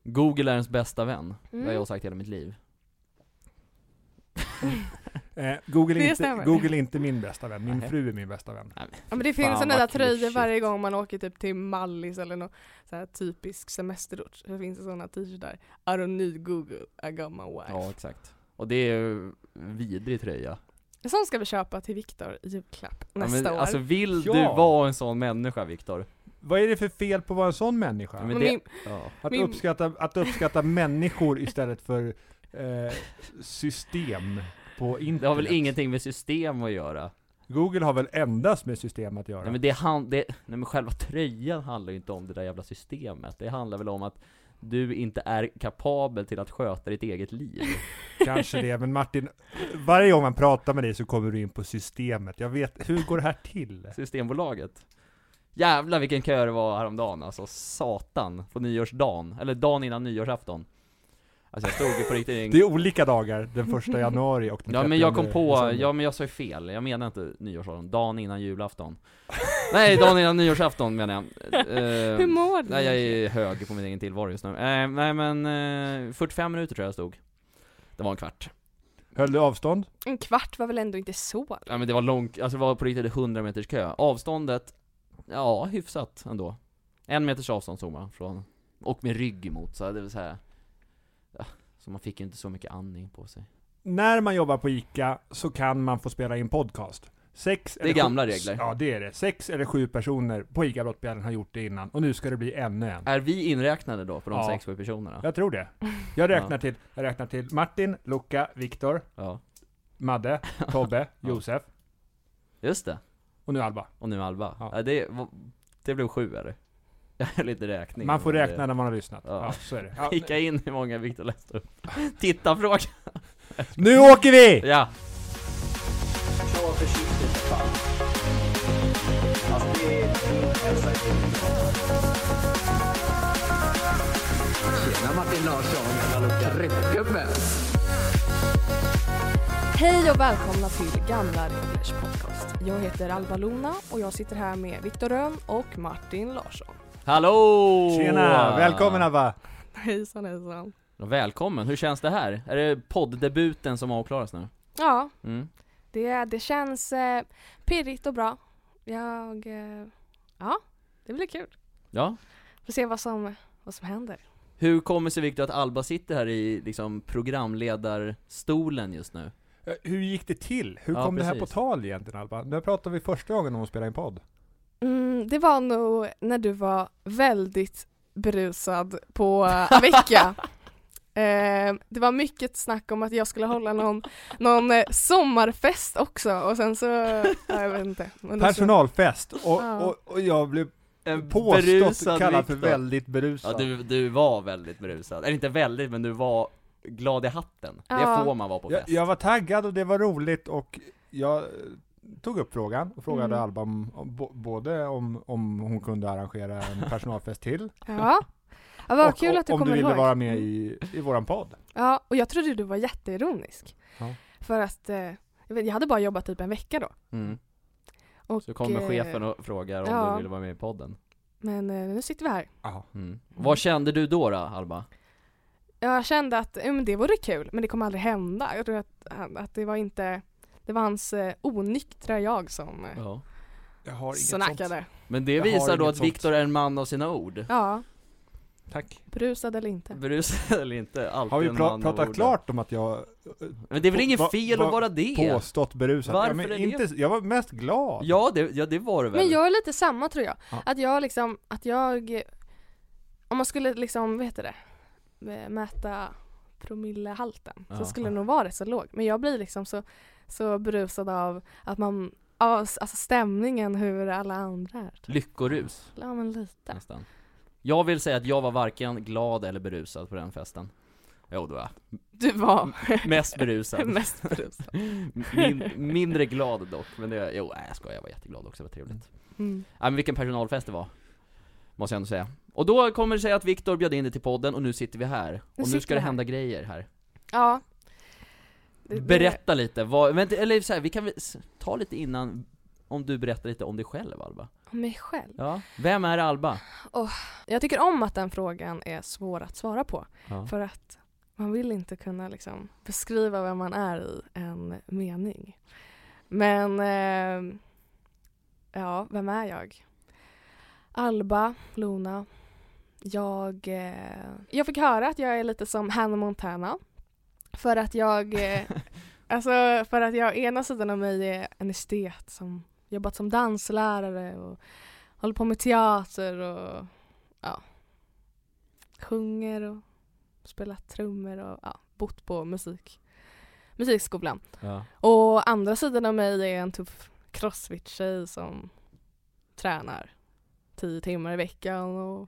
Google är ens bästa vän. Det har jag sagt hela mitt liv. Google är inte min bästa vän. Min fru är min bästa vän. Ja, men det finns sådana där tröjor varje gång man åker typ till Mallis eller någon så här typisk semesterort. Så finns det sådana t-shirtar. I don't need Google, I got my wife. Ja, exakt. Och det är ju vidrig tröja. En sån ska vi köpa till Viktor i julklapp nästa år. Alltså vill du vara en sån människa, Viktor? Vad är det för fel på att vara en sån människa? Ja, men Att uppskatta människor istället för system på internet. Det har väl ingenting med system att göra? Google har väl endast med system att göra? Nej, men själva tröjan handlar ju inte om det där jävla systemet. Det handlar väl om att du inte är kapabel till att sköta ditt eget liv. Kanske det, men Martin, varje gång man pratar med dig så kommer du in på systemet. Jag vet, hur går det här till? Systembolaget. Jävlar vilken kö det var häromdagen, alltså satan, på nyårsdagen, eller dagen innan nyårsafton. Alltså jag stod på riktigt. Det är olika dagar, den 1 januari och den 30. Ja, men jag kom på, men jag sa ju fel. Jag menar inte nyårsafton, dagen innan julafton. Nej, dagen innan nyårsafton menar jag. Hur mår du? Nej, jag är hög på min egen tillvaro just nu. Nej, men 45 minuter tror jag stod. Det var en kvart. Höll du avstånd? En kvart var väl ändå inte så? Ja, men det var långt, alltså det var på riktigt 100 meters kö. Avståndet, ja, hyfsat ändå. 1 meters avstånd såg man från, och med rygg emot, så det vill säga. Ja, så man fick ju inte så mycket andning på sig. När man jobbar på ICA så kan man få spela in podcast. Det är gamla regler. Ja, det är det. 6 eller 7 personer på ICA Brottbjällen har gjort det innan. Och nu ska det bli ännu en. Är vi inräknade då på de 6-7 personerna? Jag tror det. Jag räknar till Martin, Luca, Viktor, Madde, Tobbe, Josef. Just det. Och nu Alba. Ja. Det blev 7 eller? Jag har lite räkning. Man får räkna när man har lyssnat. Ja, så är det. Ja. Kika in hur många Viktor läste upp. Titta, fråga. Nu åker vi! Ja. Kör försiktigt, fan. Alltså det är Tjena Martin Larsson, tryckgubben. Hej och välkomna till Gamla Reglers podcast. Jag heter Alba Luna och jag sitter här med Viktor Rönn och Martin Larsson. Hallå! Tjena, välkommen Alba. Hejsan. Välkommen, hur känns det här? Är det podddebuten som avklaras nu? Ja, det känns pirrigt och bra. Det blir kul. Ja. Får se vad som händer. Hur kommer sig, Viktor, att Alba sitter här i liksom programledarstolen just nu? Hur gick det till? Hur kom det här på tal egentligen, Alba? Nu pratade vi första gången om att spela en podd. Det var nog när du var väldigt berusad på Avecka. Det var mycket snack om att jag skulle hålla någon sommarfest också. Och sen så, jag vet inte. Personalfest. Och jag blev påstått kallad för väldigt berusad. Ja, du var väldigt berusad. Eller inte väldigt, men du var glad i hatten. Det får man vara på fest. Jag var taggad och det var roligt, och jag tog upp frågan och frågade Alba både om hon kunde arrangera en personalfest till. Ja, vad kul att du kommer ihåg. Om du ville vara med i våran podd. Ja, och jag trodde du var jätteironisk. Ja. För att jag hade bara jobbat typ en vecka då. Och, så kommer chefen och frågar om du ville vara med i podden. Men nu sitter vi här. Vad kände du då, Alba? Jag kände att det vore kul, men det kommer aldrig hända. Jag tror att det var hans onyktra jag som snackade. Men det visar då att Viktor är en man av sina ord. Ja. Tack. Brusad eller inte. Har vi pratat klart om att jag... Men det är väl inget fel att vara det? Påstått berusad. Varför är det? Jag var mest glad. Ja, det var det väl. Men jag är lite samma, tror jag. Ja. Att jag om man skulle mäta promillehalten, så skulle det nog vara rätt så låg. Men jag blir liksom så berusad av att man... alltså stämningen, hur alla andra är. Lyckorus. Ja, men lite. Nästan. Jag vill säga att jag var varken glad eller berusad på den festen. Jo, då var jag. Du var mest berusad. Mest berusad. Mindre glad dock. Men jag var jätteglad också, det var trevligt. Men vilken personalfest det var, måste jag ändå säga. Och då kommer det säga att Viktor bjöd in dig till podden, och nu sitter vi här. Och nu ska det hända grejer här. Ja. Berätta lite. Vi kan väl ta lite innan, om du berättar lite om dig själv, Alba. Om mig själv? Ja. Vem är Alba? Jag tycker om att den frågan är svår att svara på. Ja. För att man vill inte kunna liksom beskriva vem man är i en mening. Men ja, vem är jag? Alba, Luna. Jag fick höra att jag är lite som Hannah Montana. För att jag ena sidan av mig är en estet som jobbat som danslärare och håller på med teater och sjunger och spelar trummor och bott på musikskolan. Ja. Och andra sidan av mig är en tuff crossfit-tjej som tränar 10 timmar i veckan och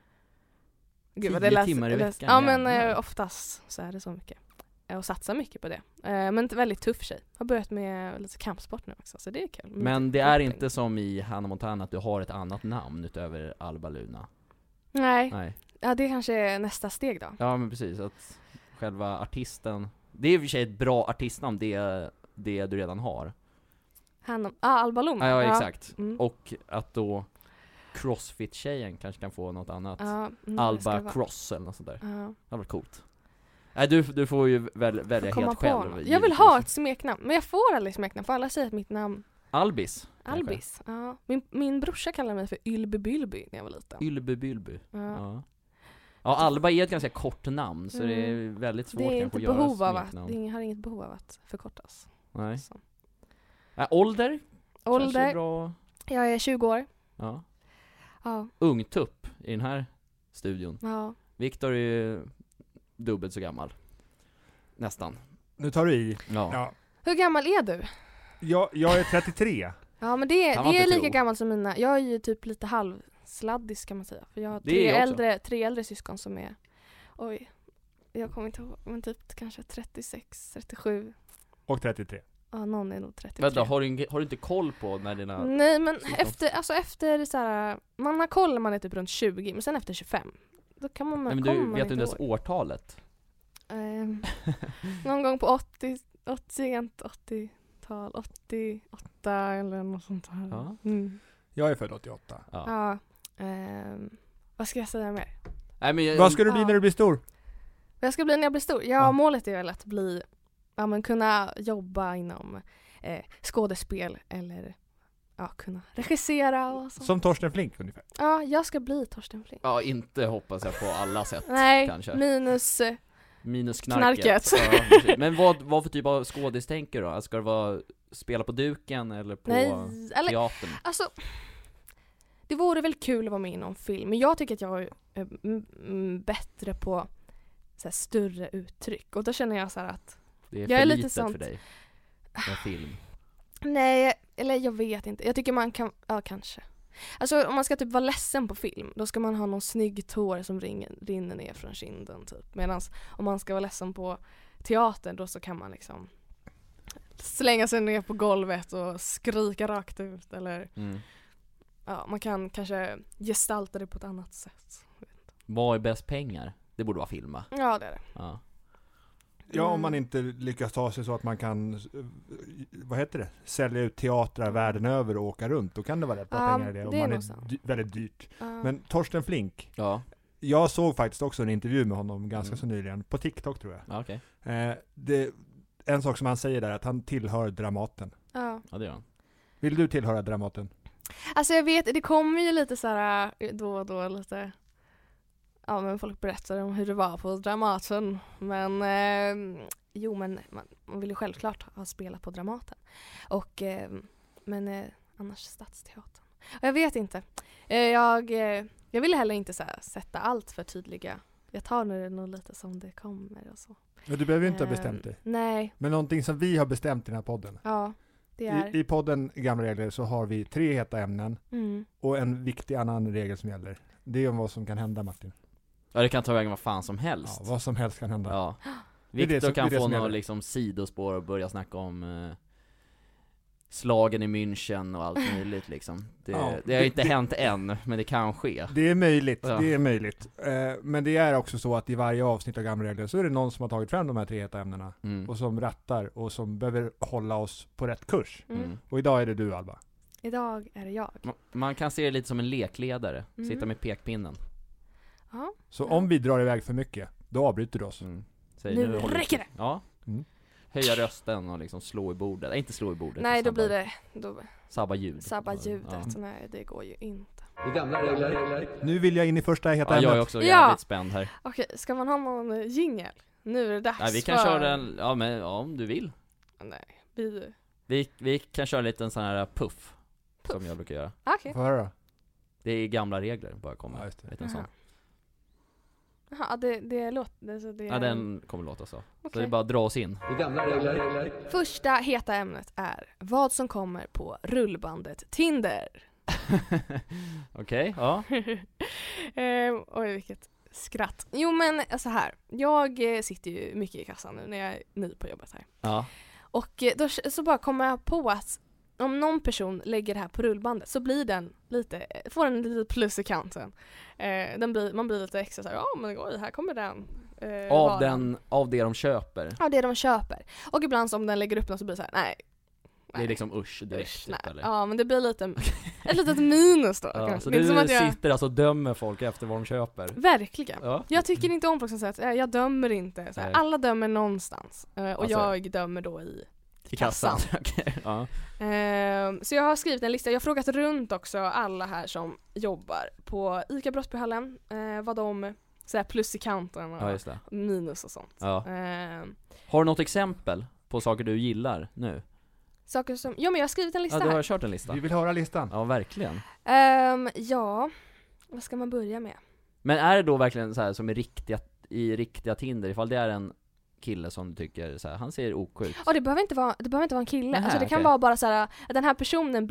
10 timmar i veckan? Ja, men oftast så är det så mycket. Och satsar mycket på det. Men en väldigt tuff tjej. Har börjat med lite kampsport nu också, så det är kul. Men det är inte som i Hannah Montana att du har ett annat namn utöver Alba Luna? Nej. Ja, det kanske är nästa steg då. Ja, men precis. Att själva artisten... Det är i och för sig ett bra artistnamn, det du redan har. Alba Luna. Ja, exakt. Mm. Och att då Crossfit-tjejen kanske kan få något annat. Alba Cross eller något sånt där. Ja. Det hade varit coolt. Nej, du får ju välja helt själv. Jag vill ha ett smeknamn, men jag får aldrig smeknamn, för alla säger att mitt namn... Albis. Albis, ja. Min brorsa kallade mig för Ylby Bylby när jag var liten. Ylby Bylby. Ja. Ja, Alba är ett ganska kort namn, så det är väldigt svårt det är kanske inte att göra behov av att, smeknamn. det har inget behov av att förkortas. Nej. Så. Ålder? Kanske Ålder? bra. Jag är 20 år. Ja. Ja. Ungtupp i den här studion. Ja. Viktor är ju dubbelt så gammal. Nästan. Nu tar du i. Ja. Ja. Hur gammal är du? Jag är 33. Ja, men det Kan man är inte lika tro. gammal som mina. Jag är ju typ lite halvsladdis kan man säga. För jag har Det är jag också. tre äldre syskon som är... Oj, jag kommer inte ihåg. Men typ kanske 36, 37. Och 33. Ja, någon är nog 33. Vänta, har du inte koll på när dina... Nej, men syskon- efter så här, man har koll när man är typ runt 20, men sen efter 25 då kan man Nej, men kommer du man vet inte inte ens ihåg. årtalet. Någon gång på 80-tal, 88 eller något sånt här. Ja. Mm. Jag är född 88. Ja. Ja. Vad ska jag säga mer? Nej, men Vad ska du bli Ja. när du blir stor? Vad jag ska bli när jag blir stor? Ja. Målet är väl att bli, kunna jobba inom skådespel eller kunna regissera och så. Som Torsten Flink ungefär. Ja, jag ska bli Torsten Flink. Ja, inte hoppas jag på alla sätt. Nej, kanske. minus Minus knarket. knarket. Ja, precis. Men vad för typ av skådis tänker du då? Ska det vara spela på duken eller på eller teatern? alltså det vore väl kul att vara med i någon film, men jag tycker att jag är bättre på så här, större uttryck, och då känner jag så här att Det är jag för är lite litet sånt. för dig med film. nej, eller jag vet inte. Jag tycker man kan, kanske. Alltså om man ska typ vara ledsen på film, då ska man ha någon snygg tår som rinner ner från kinden typ. Medan om man ska vara ledsen på teatern, då så kan man liksom slänga sig ner på golvet och skrika rakt ut, eller man kan kanske gestalta det på ett annat sätt. Vad är bäst pengar? Det borde vara film, va? Ja, det är det. Ja. Ja, om man inte lyckas ta sig så att man kan, vad heter det? Sälja ut teatrar världen över och åka runt. Då kan det vara rätt bra pengar i det. Om det är man nog är sant. väldigt dyrt. Men Torsten Flink, Ja, jag såg faktiskt också en intervju med honom ganska så nyligen. På TikTok tror jag. ja okej. En sak som han säger där är att han tillhör Dramaten. Ja. Ja, det gör han. Vill du tillhöra Dramaten? Alltså jag vet, det kommer ju lite så här då och då lite. Ja, men folk berättar om hur det var på Dramaten. Men men man vill ju självklart ha spelat på Dramaten. Och men annars Stadsteatern. Och jag vet inte. Jag vill heller inte så här, sätta allt för tydliga. Jag tar det nog lite som det kommer och så. Ja, du behöver ju inte ha bestämt dig. Nej. Men någonting som vi har bestämt i den här podden. Ja, det är. I podden Gamla regler så har vi 3 heta ämnen. Och en viktig annan regel som gäller. Det är om vad som kan hända, Martin. Ja, det kan ta vägen vad fan som helst. Ja, vad som helst kan hända. Ja. Det är det Viktor som- kan det är det få som några gäller. liksom sidospår och börja snacka om slagen i München och allt möjligt liksom. Det har det- inte det- hänt än, men det kan ske. Det är möjligt, Ja. det är möjligt. Men det är också så att i varje avsnitt av Gamla regler så är det någon som har tagit fram de här 3 heta ämnena. Mm. Och som rattar och som behöver hålla oss på rätt kurs. Mm. Och idag är det du, Alba. Idag är det jag. Man kan se det lite som en lekledare. Sitta med pekpinnen. Ja. Så om vi drar iväg för mycket, då avbryter du oss. Säg, Nu håller räcker du- det. Ja. Höja rösten och liksom slå i bordet. Nej, inte slå i bordet. Nej, då sabba- blir det Sabba ljud. sabba ljudet. Ja. Nej, det går ju inte. Det är gamla regler. Nu vill jag in i första heta Ja, jag är ämnet. också Ja. jävligt spänd här. Okej, ska man ha någon jingle? Nu är det dags Nej, vi kan för... köra en, ja men ja, om du vill. Nej, Vi kan köra en liten sån här puff. Som jag brukar göra. Okej. Få höra då. Det är gamla regler, bara komma. Ja, just det. En liten sån. Jaha, det låter... Så det Ja, den kommer låta så. Så Okej. det är bara att dra oss in. Det är gamla regler. Första heta ämnet är vad som kommer på rullbandet Tinder. Okej, ja. Oj, vilket skratt. Jo, men så här. Jag sitter ju mycket i kassan nu när jag är ny på jobbet här. Ja. Och då så bara kommer jag på att om någon person lägger det här på rullbandet så blir den får den lite plus i kanten. Man blir lite extra så här, ja men oj, här kommer den. Av det de köper. Ja, det de köper. Och ibland om den lägger upp något så blir det så här, nej. Det är liksom usch direkt Usch, typ, nej. eller? Ja, men det blir lite ett litet minus då. Ja, kanske. så Det är du som att jag... sitter alltså och dömer folk efter vad de köper? Verkligen. Ja. Jag tycker inte om folk som säger att jag dömer inte. Så här, Nej. alla dömer någonstans. Och Alltså, jag dömer då i kassan. Okej, ja. Så jag har skrivit en lista. Jag har frågat runt också alla här som jobbar på ICA Brottsbyhallen. Vad de så här, plus i kanten och Ja, just det. minus och sånt. Ja. Har du något exempel på saker du gillar nu? Saker som... Ja, men jag har skrivit en lista Ja, du har här. kört en lista. Vi vill höra listan. Ja, verkligen. Ja, vad ska man börja med? Men är det då verkligen så här som i riktiga Tinder, ifall det är en kille som du tycker så här, han ser OK ut? Ja, det behöver inte vara en kille. Nähä, Alltså det kan okej. vara bara så här att den här personen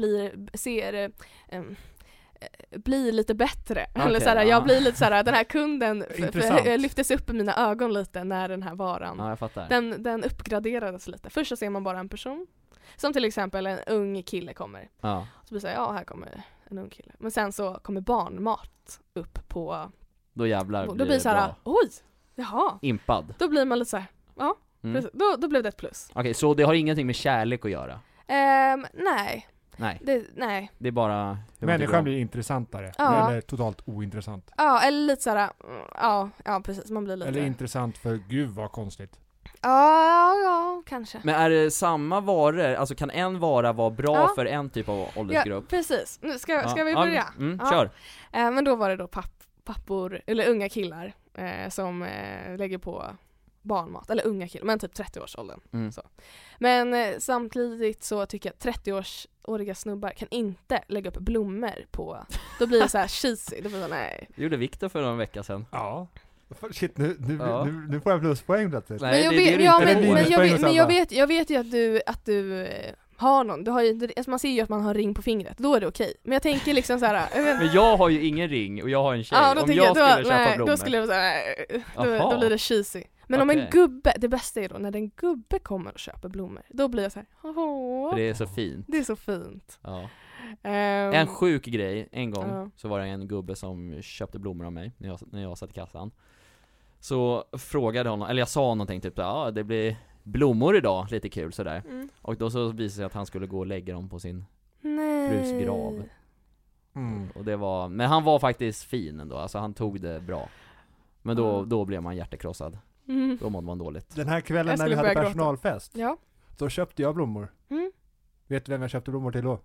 blir lite bättre. Eller Okej, så här, ja. jag blir lite så här, den här kunden Intressant. lyftes upp i mina ögon lite när den här varan. Ja, jag fattar. Den uppgraderades lite. Först så ser man bara en person. Som till exempel en ung kille kommer. Ja. Så blir det så här, ja här kommer en ung kille. Men sen så kommer barnmat upp på... Då jävlar Då blir blir det så här, bra. oj, jaha. Impad. Då blir man lite så här, ja, Mm. precis. Då blev det ett plus. Okej, så det har ingenting med kärlek att göra? Nej. Nej, Nej. det är bara hur man tycker Människan om. blir intressantare. Ja. Eller totalt ointressant. Ja, eller lite såhär, ja precis, man blir lite... Eller intressant för gud vad konstigt. Ja, kanske. Men är det samma varor? Alltså kan en vara vara bra Ja. för en typ av Ja, åldersgrupp? precis. Nu ska vi börja? Ja. Kör. Men då var det då pappor, eller unga killar, som lägger på barnmat. Eller unga killar, men typ 30-årsåldern. Mm. Så. Men samtidigt så tycker jag att 30-åriga snubbar kan inte lägga upp blommor på... Då blir det så här cheesy. Då blir det nej. Det gjorde Viktor för någon vecka sedan. Ja. Shit, nu Ja. nu får jag pluspoäng plötsligt. Nej, Men jag det- vet, det är det ja, inte men, på. men, jag vet, men Minuspoäng jag vet ju att du har någon. Du har ju, alltså man ser ju att man har ring på fingret. Då är det okej. Men jag tänker liksom så här. Men jag har ju ingen ring och jag har en tjej. Ja, då Om tänker jag skulle köpa nej, blommor. då skulle jag säga då Jaha. blir det cheesy. Men om Okej. en gubbe, det bästa är då när en gubbe kommer och köper blommor. Då blir jag så här, åh, För det är så fint. det är så fint. Ja. Ehm, En sjuk grej, en gång Ja. så var det en gubbe som köpte blommor av mig när jag satt i kassan. Så frågade honom, eller jag sa någonting typ ja det blir blommor idag, lite kul sådär. Mm. Och då så visade det sig att han skulle gå och lägga dem på sin Nej. frus grav. Mm. Och det var, men han var faktiskt fin ändå, alltså han tog det bra. Men då blev man hjärtekrossad. Mm. Då mådde man dåligt. Den här kvällen Jag när vi skulle hade börja gråta. personalfest, Ja. då köpte jag blommor. Mm. Vet du vem jag köpte blommor till då?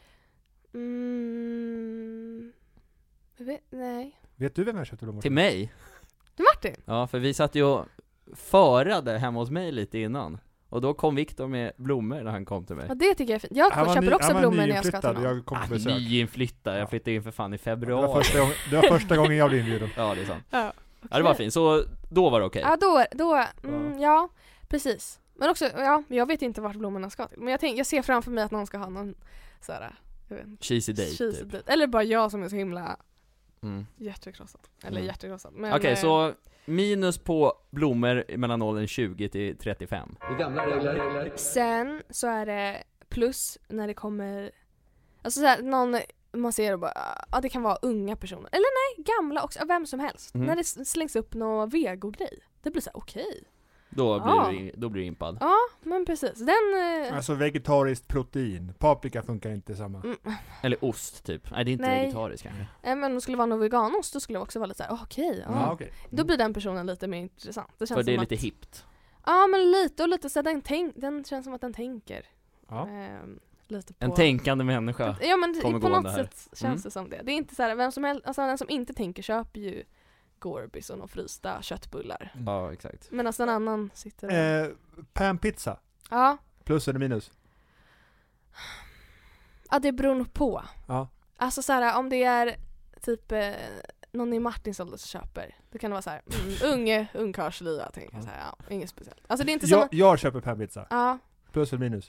Nej. Vet du vem jag köpte blommor Till mig? Du Martin? Ja, för vi satt ju och förade hemma hos mig lite innan. Och då kom Viktor med blommor när han kom till mig. Ja, det tycker jag är fint. Jag köper också blommor när jag ska till någon. jag kom på besök. Nyinflyttad, jag flyttade in för fan i Det februari. var första gången jag blev inbjuden. Ja, det är sant. Ja. Ja, det var fint. Så då var det okej. Ja, ja, precis. Men också, ja, jag vet inte vart blommorna ska till. Men jag ser framför mig att någon ska ha någon såhär, jag vet inte, Cheesy date, cheesy typ. date. Eller bara jag som är så himla Mm. hjärtekrossad. Eller Mm. hjärtekrossad. Men, Okej, så minus på blommor mellan åldern 20 till 35. Det är gamla regler. sen så är det plus när det kommer, alltså såhär, någon man ser och bara, ja det kan vara unga personer. Eller nej, gamla också, vem som helst. Mhm. När det slängs upp någon vegogrej. Det blir så här okej. Då blir du impad. Ja, men precis. Den... Alltså vegetariskt protein. Paprika funkar inte samma. Eller ost typ. Nej, det är inte Nej. vegetariskt kanske. Men om det skulle vara någon veganost, då skulle jag också vara lite såhär, okej. Ja, okej. Då blir den personen lite mer intressant. Det känns För det är som lite att, hippt. Ja, men lite och lite så den känns som att den tänker. Ja. Lite på... En tänkande människa. Ja, men kommer på något gående här. sätt känns det som det. Det är inte så här, vem som helst, alltså den som inte tänker köper ju Gorbis och frysta köttbullar. Ja, exakt. Men alltså en annan sitter där. Panpizza. Ja. Plus eller minus? Ja, det beror nog på. Ja. Alltså så här, om det är typ någon i Martins ålder som köper, då kan det vara så här, ungkarlslya, tänker jag så här, ja, inget speciellt. Alltså det är inte som Jag köper panpizza. Ja. Plus eller minus?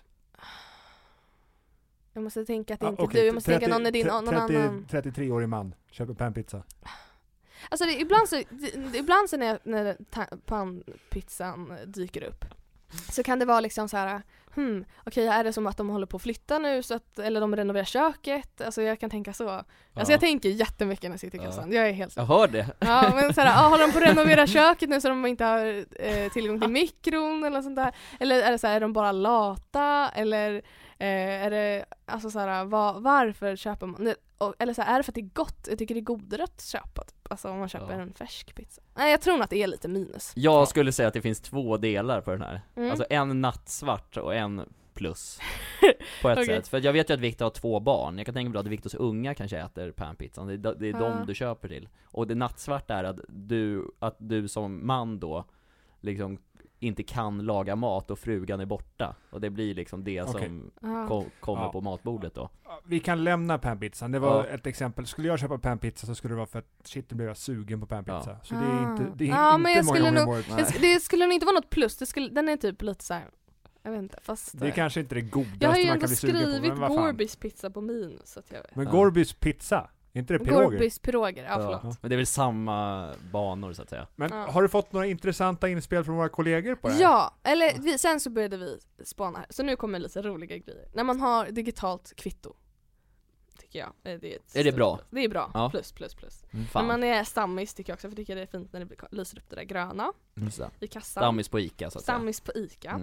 Jag måste tänka att det inte okej, du, jag måste tänka någon är din, någon annan. 33-årig man köper panpizza. Alltså ibland så när panpizzan dyker upp så kan det vara liksom så här, okej, är det som att de håller på att flytta nu så att, eller de renoverar köket? Alltså jag kan tänka så. Alltså jag tänker jättemycket när jag sitter i kassan. Jag är helt... Jag hör det. Ja, men så här, håller de på att renovera köket nu så de inte har tillgång till mikron eller sånt där? Eller är det så här, är de bara lata? Eller är det, alltså så här, varför köper man? Eller så här, är det för att det är gott? Jag tycker det är godare att köpa, typ. Alltså om man köper en färsk pizza. Nej, jag tror nog att det är lite minus. Jag skulle säga att det finns 2 delar på den här. Mm. Alltså en nattsvart och en plus. På ett sätt. För jag vet ju att Victor har 2 barn. Jag kan tänka mig att Victors unga kanske äter panpizzan. Det är dem du köper till. Och det nattsvart är att du som man då liksom inte kan laga mat och frugan är borta. Och det blir liksom det som kommer på matbordet då. Vi kan lämna panpizzan. Det var ett exempel. Skulle jag köpa panpizza så skulle det vara för att shit, då blir jag sugen på panpizza. Ja. Så det är inte, men jag många skulle gånger nog, om året. det skulle nog inte vara något plus. Den är typ lite så här, jag vet inte, fast Det är kanske inte det godaste jag har ju man ändå kan bli sugen på. skrivit Men vad fan. Gorbis pizza på minus, så att jag vet. Men Gorbis pizza, är inte det piroger? Gorbis piroger, ja, förlåt. Men det är väl samma banor så att säga. Men har du fått några intressanta inspel från våra kollegor på det här? Ja, eller sen så började vi spana här. Så nu kommer lite roliga grejer. När man har digitalt kvitto, tycker jag. Är det bra? Det är bra, Ja. plus. När Fan. man är stammis tycker jag också, för jag tycker det är fint när det lyser upp det där gröna i kassan. Stammis på Ica så att säga. Stammis på Ica.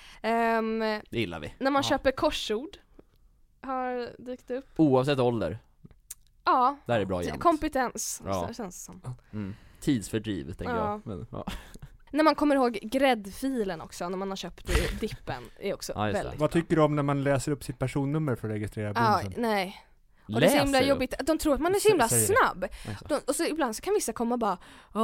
Det gillar vi. När man köper korsord har dykt upp. Oavsett ålder. Ja. Där är bra jämt. Kompetens, Ja. så känns det som. Tidsfördriv tänker Ja. jag. Men, När man kommer ihåg gräddfilen också, när man har köpt dippen, är också Ja, just det. väldigt Vad tycker du om när man läser upp sitt personnummer för att registrera Ja, bonusen? nej. Och det är så himla Läser jobbigt. De tror att man är så himla Säger det. snabb. Och så ibland så kan vissa komma och bara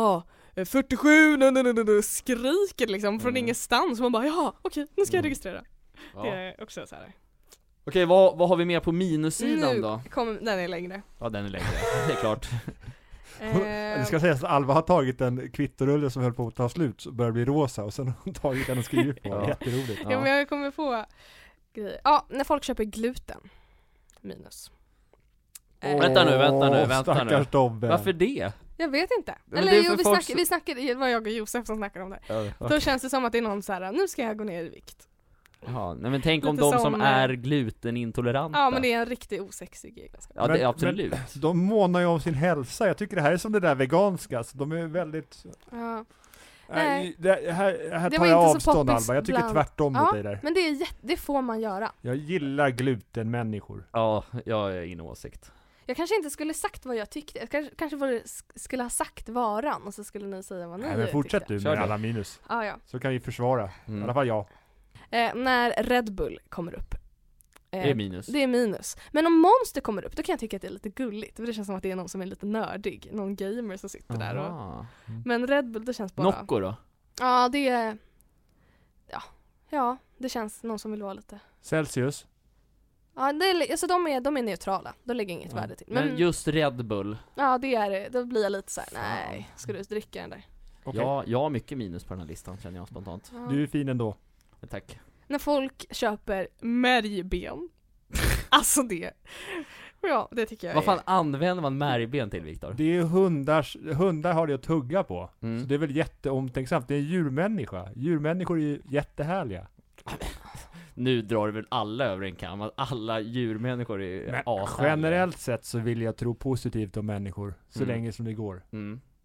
47, skriker liksom från ingenstans. Och man bara, ja, okej, nu ska jag registrera. Ja. Det är också så här. Okej, vad har vi mer på minussidan då? Den är längre. Ja, den är längre. Det är klart. Det ska sägas att Alva har tagit en kvittorulle som höll på att ta slut och börjar bli rosa och sen har hon tagit den och skrivit på. Ja. Jätteroligt. Ja, men jag kommer på grejer. Ja, när folk köper gluten. Minus. Vänta nu. Stackars Tobbe. Varför det? Jag vet inte. Men Eller det är jo, för vi snackade, det var jag och Josef som snackade om det. Då känns det som att det är någon så här: nu ska jag gå ner i vikt. Jaha, nej men tänk om Lite de som som, är glutenintoleranta. Ja, men det är en riktigt osexig egenskap. Ja, det är absolut. Men de månar ju om sin hälsa. Jag tycker det här är som det där veganska. Så de är väldigt... Ja. Nej, här Det tar var jag inte så avstånd, poppis Alva. Jag tycker bland- tvärtom mot Ja, dig där. men det får man göra. Jag gillar glutenmänniskor. Ja, jag är in åsikt. Jag kanske inte skulle sagt vad jag tyckte. Jag kanske skulle ha sagt varan och så skulle ni säga vad ni Nej, men fortsätt tyckte. du Kör med det. alla minus. Ja. Så kan vi försvara. I alla fall jag. När Red Bull kommer upp. Det är minus. Det är minus. Men om Monster kommer upp, då kan jag tycka att det är lite gulligt. För det känns som att det är någon som är lite nördig. Någon gamer som sitter där. Aha. Men Red Bull, det känns bara... Nocco då? Ja, det är... Ja, det känns någon som vill vara lite... Celsius. Ja, alltså de är neutrala. De lägger inget värde till. Men just Red Bull. Ja, det är det. Då blir jag lite så här: nej, ska du dricka den där? Okej. Ja, jag har mycket minus på den här listan känner jag spontant. Ja. Du är fin ändå. Tack. När folk köper märgben. Alltså det. Ja, det tycker jag Vad fan använder man märgben till, Viktor? Det är hundar har det att tugga på. Mm. Så det är väl jätteomtänksamt. Det är en djurmänniska. Djurmänniskor är ju jättehärliga. Nu drar du väl alla över en kam, att alla djurmänniskor är Men ashärliga. generellt sett så vill jag tro positivt om människor. Så Mm. länge som det går. Mm.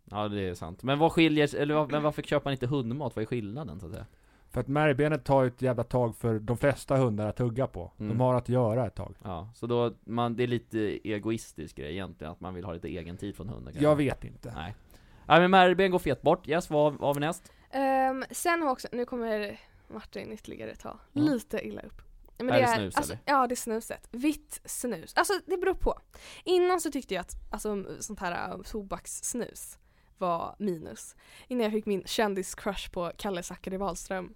Ja, det är sant. Men vad skiljer, men varför köper man inte hundmat? Vad är skillnaden så att säga? För att märgbenet tar ett jävla tag för de flesta hundar att tugga på. De har att göra ett tag. Ja, så då, det är lite egoistisk grej egentligen, att man vill ha lite egen tid från hunden. Jag vet inte. Nej. Nej, men märgben går fet bort. Yes, vad har vi näst? Sen har också, nu kommer Martin ytterligare ta lite illa upp. Men är det snus, alltså, eller? ja, det är snuset. Vitt snus. Alltså det beror på. Innan så tyckte jag att sånt här tobakssnus var minus. Innan jag fick min kändiscrush på Kalle Zackari Wahlström.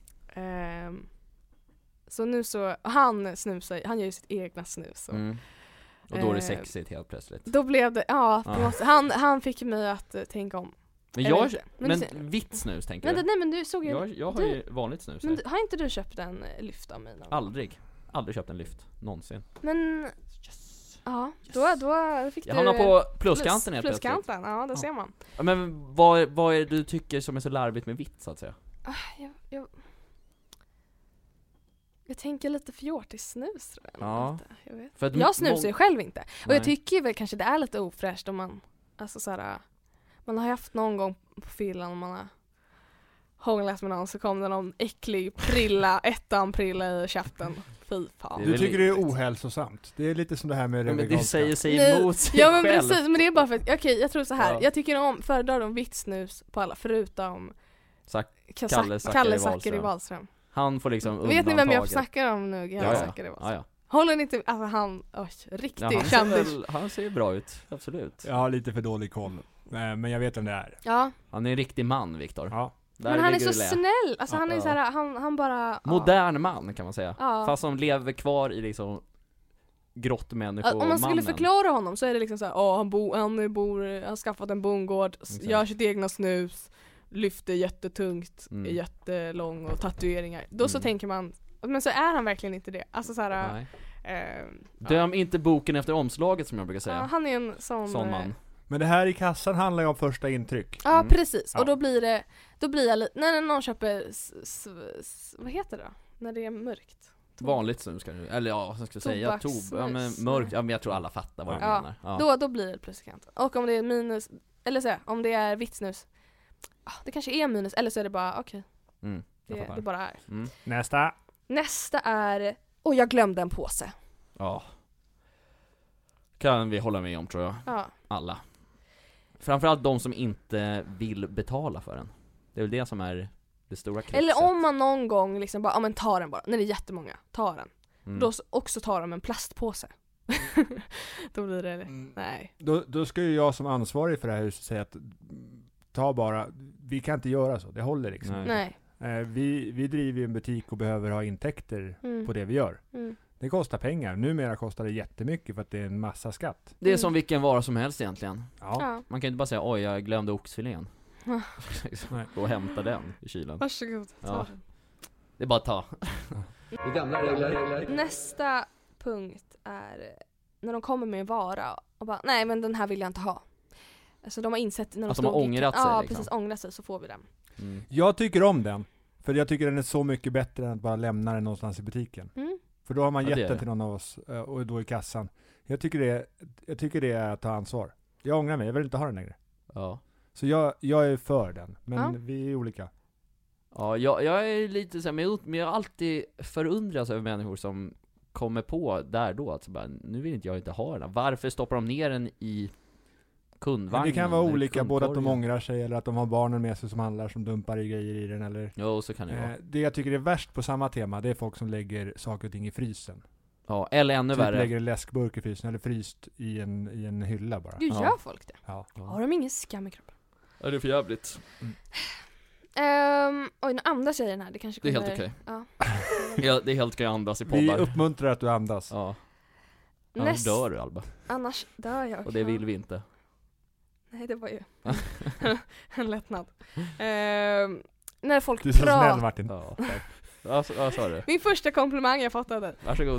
Så nu så, han snusar, han gör ju sitt egna snus. Och då är det sexigt helt plötsligt. Då blev det, han fick mig att tänka om. Men vitt snus tänker du? Nej men du såg ju... Jag har ju vanligt snus. Men har inte du köpt en lyft av mig? Aldrig köpt en lyft, någonsin. Men... Ja, då fick jag hamnar på pluskanten helt plötsligt. Pluskanten, ja det ser man. Men vad är det du tycker som är så larvigt med vitt så att säga? Jag tänker lite fjortissnus tror jag. Ja. Jag vet. För att jag snusar ju själv inte. Och Nej. jag tycker väl kanske det är lite ofräscht om man, alltså såhär, man har haft någon gång på fyllan och man har hånglat med någon så kom det någon äcklig prilla i käften. Fy fan. Du tycker det är ohälsosamt. Det är lite som det här med det men det säger sig emot sig ja men själv. precis, men det är bara för att, okej, jag tror så här. Jag tycker föredrar de vitt snus på alla förutom Kalle Zackari Wahlström. Han får liksom undantaget. Vet ni vem jag snackar om nu? Kalle Zackari Wahlström. Ja. Håller ni inte, alltså han, riktigt kändis. Han ser bra ut, absolut. Jag har lite för dålig koll. Men jag vet vem det är. Ja. Han är en riktig man, Viktor. Ja. Men han är så snäll, alltså han är så här, han bara... Modern man kan man säga. Ja. Fast som lever kvar i liksom grottmänniskomannen. Om man skulle förklara honom så är det liksom så här, han har skaffat en bondgård, gör sitt egna snus, lyfter jättetungt, är jättelång och tatueringar. Då så tänker man, men så är han verkligen inte det. Alltså så här, döm inte boken efter omslaget som jag brukar säga. Ja, han är en sån man. Men det här i kassan handlar ju om första intryck. Ja, precis. Och då blir jag lite, när någon köper vad heter det då? När det är mörkt. Vanligt snus kan du, eller ja, vad ska jag säga? Mörkt, men jag tror alla fattar vad du menar. Ja. Då blir det pluskant. Och om det är minus, eller så om det är vitt snus, det kanske är minus, eller så är det bara okej. Det bara är. Nästa är, jag glömde en påse. Ja. Kan vi hålla med om, tror jag. Ja. Alla. Framförallt de som inte vill betala för den. Det är väl det som är det stora kruxet. Eller om man någon gång liksom bara, men ta den bara. När det är jättemånga, ta den. Då också tar de en plastpåse. Då blir det, nej. Då ska ju jag som ansvarig för det här huset säga att ta bara, vi kan inte göra så, det håller liksom. Nej. Vi driver ju en butik och behöver ha intäkter på det vi gör. Det kostar pengar. Numera kostar det jättemycket för att det är en massa skatt. Det är som vilken vara som helst egentligen. Ja. Man kan inte bara säga, oj jag glömde oxfilén. Gå och hämta den i kylen. Varsågod. Ja. Det är bara att ta. Det gamla regler. Nästa punkt är när de kommer med en vara och bara, nej men den här vill jag inte ha. Alltså de har insett när de har ångrat sig. Ja, liksom. precis, ångrat sig, så får vi den. Jag tycker om den. För jag tycker den är så mycket bättre än att bara lämna den någonstans i butiken. För då har man gett den till någon av oss och då i kassan. Jag tycker det är att ta ansvar. Jag ångrar mig, jag vill inte ha den längre. Ja. Så jag är för den, men vi är olika. Ja, jag är lite så här, men jag har alltid förundrats över människor som kommer på där då att så bara, nu vill inte jag inte ha den. Varför stoppar de ner den i kundvagnen? Men det kan vara olika, både att de ångrar sig eller att de har barnen med sig som handlar som dumpar i grejer i den eller... Jo, så kan det vara. Det jag tycker är värst på samma tema, det är folk som lägger saker och ting i frysen. Ja, eller ännu värre. Lägger en läskburk i frysen eller fryst i en hylla bara. Du gör folk det? Ja. Har de ingen skam i kroppen? Ja, det är för jävligt. Nu andas jag i den här, det kanske kommer... Det är helt okej. Ja, det är helt okej att andas i poddar. Vi uppmuntrar att du andas. Ja. Annars dör du, Alba. Annars dör jag. Och det vill vi inte. Nej, det var ju en lättnad. När folk du är så snäll, Martin. Ja, tack. Vad sa du? Min första komplimang jag fattade. Varsågod.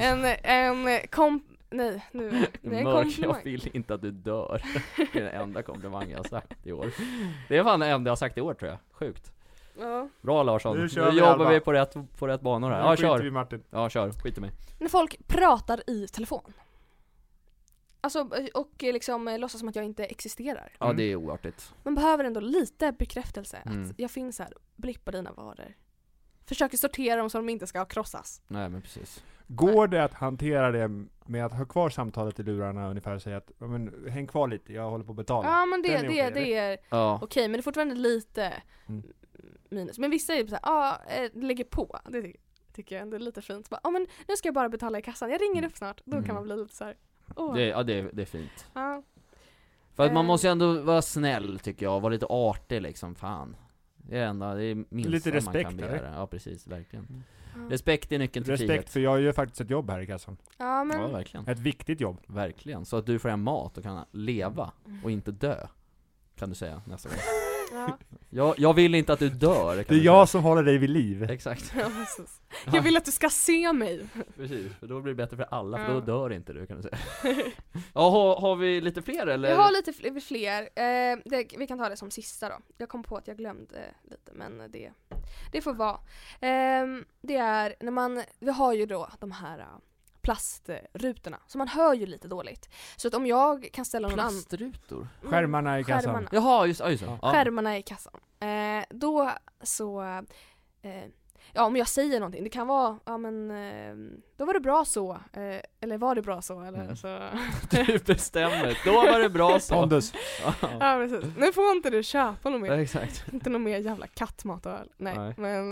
Nej, Mörk, jag vill inte att du dör. Det är den enda komplimang jag har sagt i år. Det är fan det enda jag har sagt i år, tror jag. Sjukt. Ja. Bra, Larsson. Nu vi jobbar vi på rätt banor här. Ja, kör. Vi, Martin. Ja, kör. Skit i mig. När folk pratar i telefon. Alltså, och liksom låtsas som att jag inte existerar. Ja, det är oartigt. Man behöver ändå lite bekräftelse att jag finns här, blippa dina varor. Försöker sortera dem så de inte ska krossas. Nej, men precis. Går det att hantera det med att ha kvar samtalet i lurarna ungefär och säga att men, häng kvar lite, jag håller på att betala? Ja, men det är okej, men det är fortfarande lite minus. Men vissa är så här, lägger på. Det tycker jag ändå är lite fint. Men nu ska jag bara betala i kassan. Jag ringer upp snart. Då kan man bli lite så här. Det är fint. Ja. För att man måste ju ändå vara snäll, tycker jag. Vara lite artig liksom, fan. Det är minst lite respekt, man kan begära. eller? Ja, precis, verkligen. Respekt är nyckeln till frihet. Respekt, för jag gör faktiskt ett jobb här i kassan. Ja, men... Ja, verkligen. Ett viktigt jobb. Verkligen. Så att du får hem mat och kan leva och inte dö. Kan du säga nästa gång. Jag vill inte att du dör. Det är jag som håller dig vid liv. Exakt. Jag vill att du ska se mig. Precis, för då blir det bättre för alla, för då dör inte du, kan du säga. Ja, har vi lite fler eller? Jag har lite fler. Vi kan ta det som sista då. Jag kom på att jag glömde lite, men det får vara. Det är när vi har ju då de här plastrutorna, så man hör ju lite dåligt. Så att om jag kan ställa någon plastrutor? Skärmarna i kassan. Jaha, just så. Ja. Skärmarna i kassan. Då så om jag säger någonting, det kan vara då var det bra så, eller var det bra så, eller så. Du bestämmer, då var det bra så. Pondus. Ja, precis. Nu får inte du köpa något mer. Ja, exakt. Inte något mer jävla kattmat och öl. Nej. Men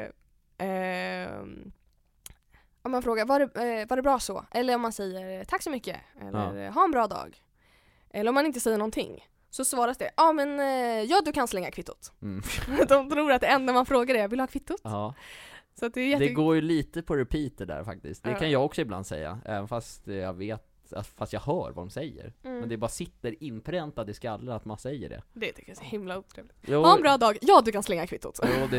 om man frågar, var det bra så? Eller om man säger tack så mycket, eller ha en bra dag. Eller om man inte säger någonting, så svaras det, du kan slänga kvittot. De tror att det enda man frågar är, vill du ha kvittot? Ja. Så att det går ju lite på repeater där faktiskt. Det kan jag också ibland säga, även fast jag vet, fast jag hör vad de säger. Men det bara sitter inpräntat i skallen att man säger det. Det tycker jag är så himla otrevligt. Ha en bra dag, ja du kan slänga kvittot.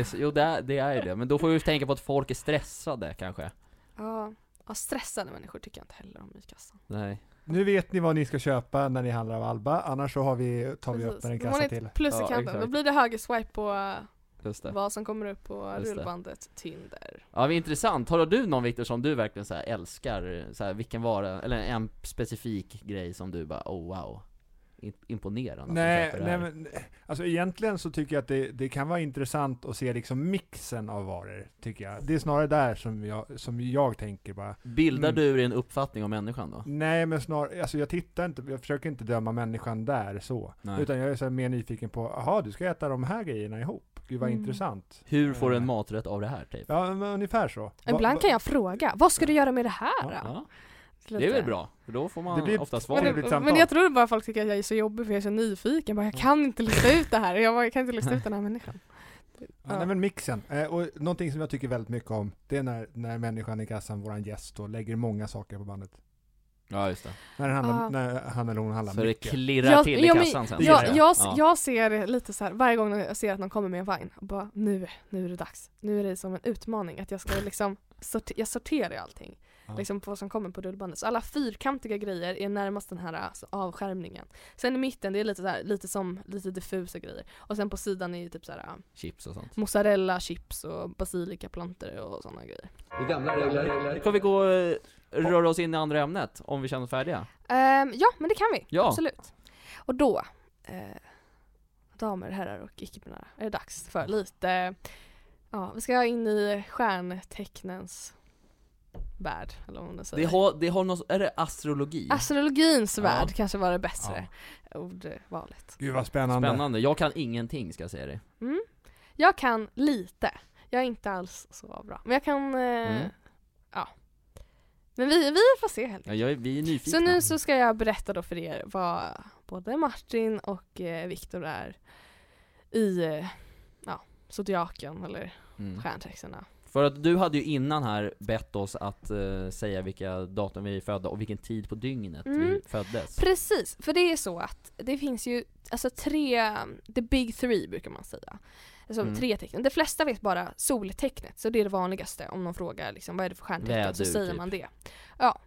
Det är det. Men då får vi tänka på att folk är stressade kanske. Ja, stressade människor tycker jag inte heller om i kassan. Nej. Nu vet ni vad ni ska köpa när ni handlar av Alba, annars så tar vi upp en kassa till. Plus i kanten, då blir det höger swipe på vad som kommer upp på rullbandet Tinder. Ja, det är intressant. Har du någon, Victor, som du verkligen så här älskar? Så här, vilken vara, eller en specifik grej som du bara, wow, imponerande? Nej, men alltså egentligen så tycker jag att det kan vara intressant att se liksom mixen av varor, tycker jag. Det är snarare där som jag tänker bara. Bildar du en uppfattning om människan då? Nej, men snarare, alltså jag försöker inte döma människan där så. Nej. Utan jag är så här mer nyfiken på, jaha, du ska äta de här grejerna ihop. Gud vad intressant. Hur får du en maträtt av det här typ? Ja, men ungefär så. Ibland kan jag fråga, vad ska du göra med det här? Ja. Det är väl bra, för då får man ofta svar. Men jag tror bara folk tycker att jag är så jobbig för jag är så nyfiken. Jag kan inte lista ut det här. Jag kan inte lista ut den här människan. Nej, men mixen. Och någonting som jag tycker väldigt mycket om, det är när människan i kassan, våran gäst, och lägger många saker på bandet. Ja, just det. När han eller hon handlar så mycket. Så det klirrar till i kassan sen. Jag ser lite så här, varje gång jag ser att någon kommer med en vagn, och bara, nu är det dags. Nu är det som en utmaning att jag ska liksom jag sorterar allting. Liksom på vad som kommer på rullbandet. Så alla fyrkantiga grejer är närmast den här avskärmningen. Sen i mitten, det är lite så här, lite diffusa grejer. Och sen på sidan är ju typ så här chips och sånt. Mozzarella, chips och basilikaplantor och sådana grejer. Det är gamla regler. Kan vi gå röra oss in i andra ämnet om vi känner oss färdiga? Ja, men det kan vi. Ja. Absolut. Och då damer, herrar och icke-binära, är det dags för lite vi ska in i stjärntecknens värld, eller vad man säger. Det har något, är det astrologi? Astrologins värld kanske var det bättre ordvalet. Gud vad spännande. Jag kan ingenting, ska jag säga det. Jag kan lite. Jag är inte alls så bra. Men jag kan Men vi får se helt enkelt. Vi är nyfikna. Så nu så ska jag berätta då för er vad både Martin och Victor är i zodiaken eller stjärntexterna. För att du hade ju innan här bett oss att säga vilka datum vi är födda och vilken tid på dygnet vi föddes. Precis, för det är så att det finns ju alltså the big three brukar man säga. Alltså 3 tecken. De flesta vet bara soltecknet, så det är det vanligaste. Om någon frågar liksom, vad är det för stjärntecken, så säger man det. Ja.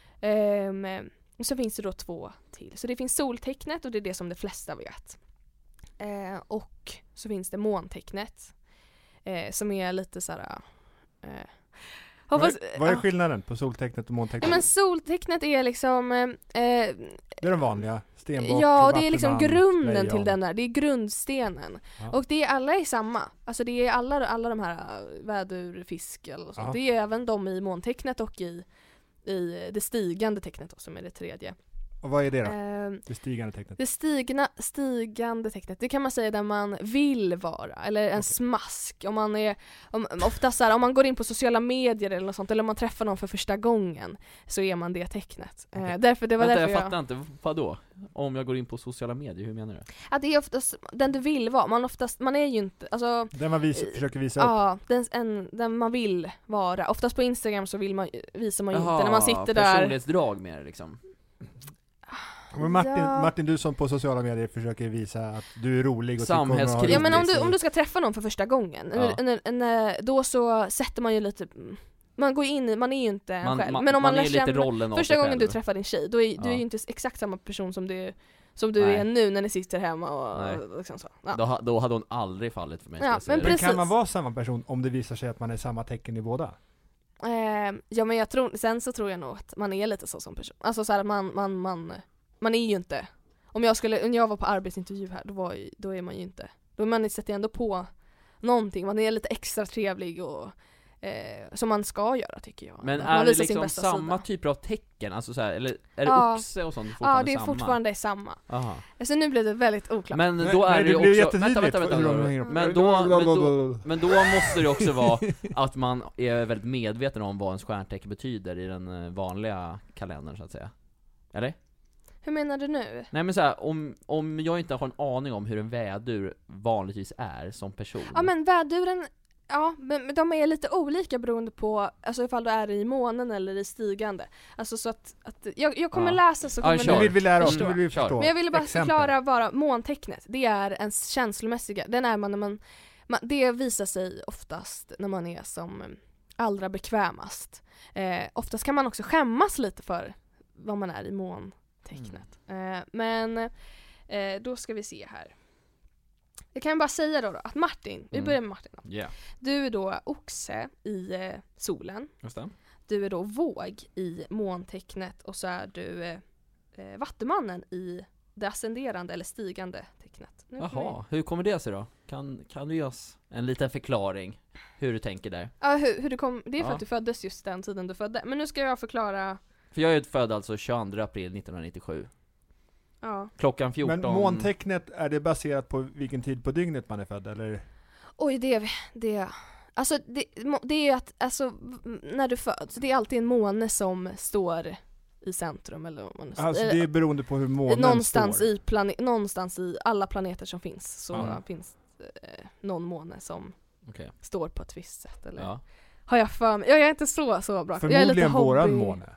Så finns det då 2 till. Så det finns soltecknet och det är det som de flesta vet. Och så finns det måntecknet som är lite så här Hoppas, vad är skillnaden på soltecknet och måntecknet? Ja, men soltecknet är liksom det är de vanliga. Stenbock, ja, och det är liksom grunden lejon. till den där. Det är grundstenen. Ja. Och det är alla är samma. Alltså det är alla de här vädur, fisk och så. Ja. Det är även de i måntecknet och i det stigande tecknet då, som är det tredje. Och vad är det då? Det stigande tecknet? Det stigande tecknet, det kan man säga där man vill vara, eller en smask. Om man är, ofta så här, om man går in på sociala medier eller något sånt, eller om man träffar någon för första gången, så är man det tecknet. Därför, det var Vänta, därför jag fattar inte, vadå? Om jag går in på sociala medier, hur menar du? Att det är oftast den du vill vara, man är ju inte, alltså, den man försöker visa upp? Ja, den man vill vara. Oftast på Instagram så visar man ju inte när man sitter där. Personlighetsdrag mer liksom. Men Martin, du som på sociala medier försöker visa att du är rolig och samhällskritisk. Ja, men om du ska träffa någon för första gången, då så sätter man ju lite, man går in, man är ju inte själv. Men om man lär känna första gången du träffar din tjej, då är du ju inte exakt samma person som du är nu när ni sitter hemma och liksom så. Ja. Då hade hon aldrig fallit för mig. Ja, men kan man vara samma person om det visar sig att man är samma tecken i båda? Ja, men sen så tror jag nog att man är lite så som person. Alltså så här att man är ju inte. Om jag var på arbetsintervju här, då är man ju inte. Då sätter ändå på någonting. Man är lite extra trevlig och som man ska göra, tycker jag. Men är det liksom samma typer av tecken? Alltså så här, eller är det oxe och sånt fortfarande? Ja, det är fortfarande samma. Aha. Alltså nu blir det väldigt oklart. Men då är det ju också... Vänta. Men då måste det också vara att man är väldigt medveten om vad ens stjärntecken betyder i den vanliga kalendern, så att säga. Eller? Hur menar du nu? Nej, men så här, om jag inte har en aning om hur en vädur vanligtvis är som person. Ja, men väduren, ja, men de är lite olika beroende på, alltså ifall du är i månen eller i stigande. Alltså så att jag kommer läsa så kommer nu vill vi lära oss, men jag ville bara förklara bara måntecknet. Det är ens känslomässiga, den är man när man det visar sig oftast när man är som allra bekvämast. Oftast kan man också skämmas lite för vad man är i måntecknet. Men då ska vi se här. Jag kan bara säga då att Martin, vi börjar med Martin då. Yeah. Du är då oxe i solen. Just det. Du är då våg i måntecknet och så är du vattumannen i det ascenderande eller stigande tecknet. Jaha, hur kommer det sig då? Kan du ge oss en liten förklaring hur du tänker där? Ja, hur du kom, det är för att du föddes just den tiden du födde. Men nu ska jag förklara. För jag är född alltså 22 april 1997. Ja. Klockan 14. Men måntecknet, är det baserat på vilken tid på dygnet man är född, eller? Oj, det alltså det är att, alltså när du föds, det är alltid en måne som står i centrum, eller man, alltså det är beroende på hur månen någonstans står. Någonstans i alla planeter som finns så finns någon måne som står på ett visst sätt, eller har jag för mig. Jag är inte så bra. Förmodligen jag är lite våran måne.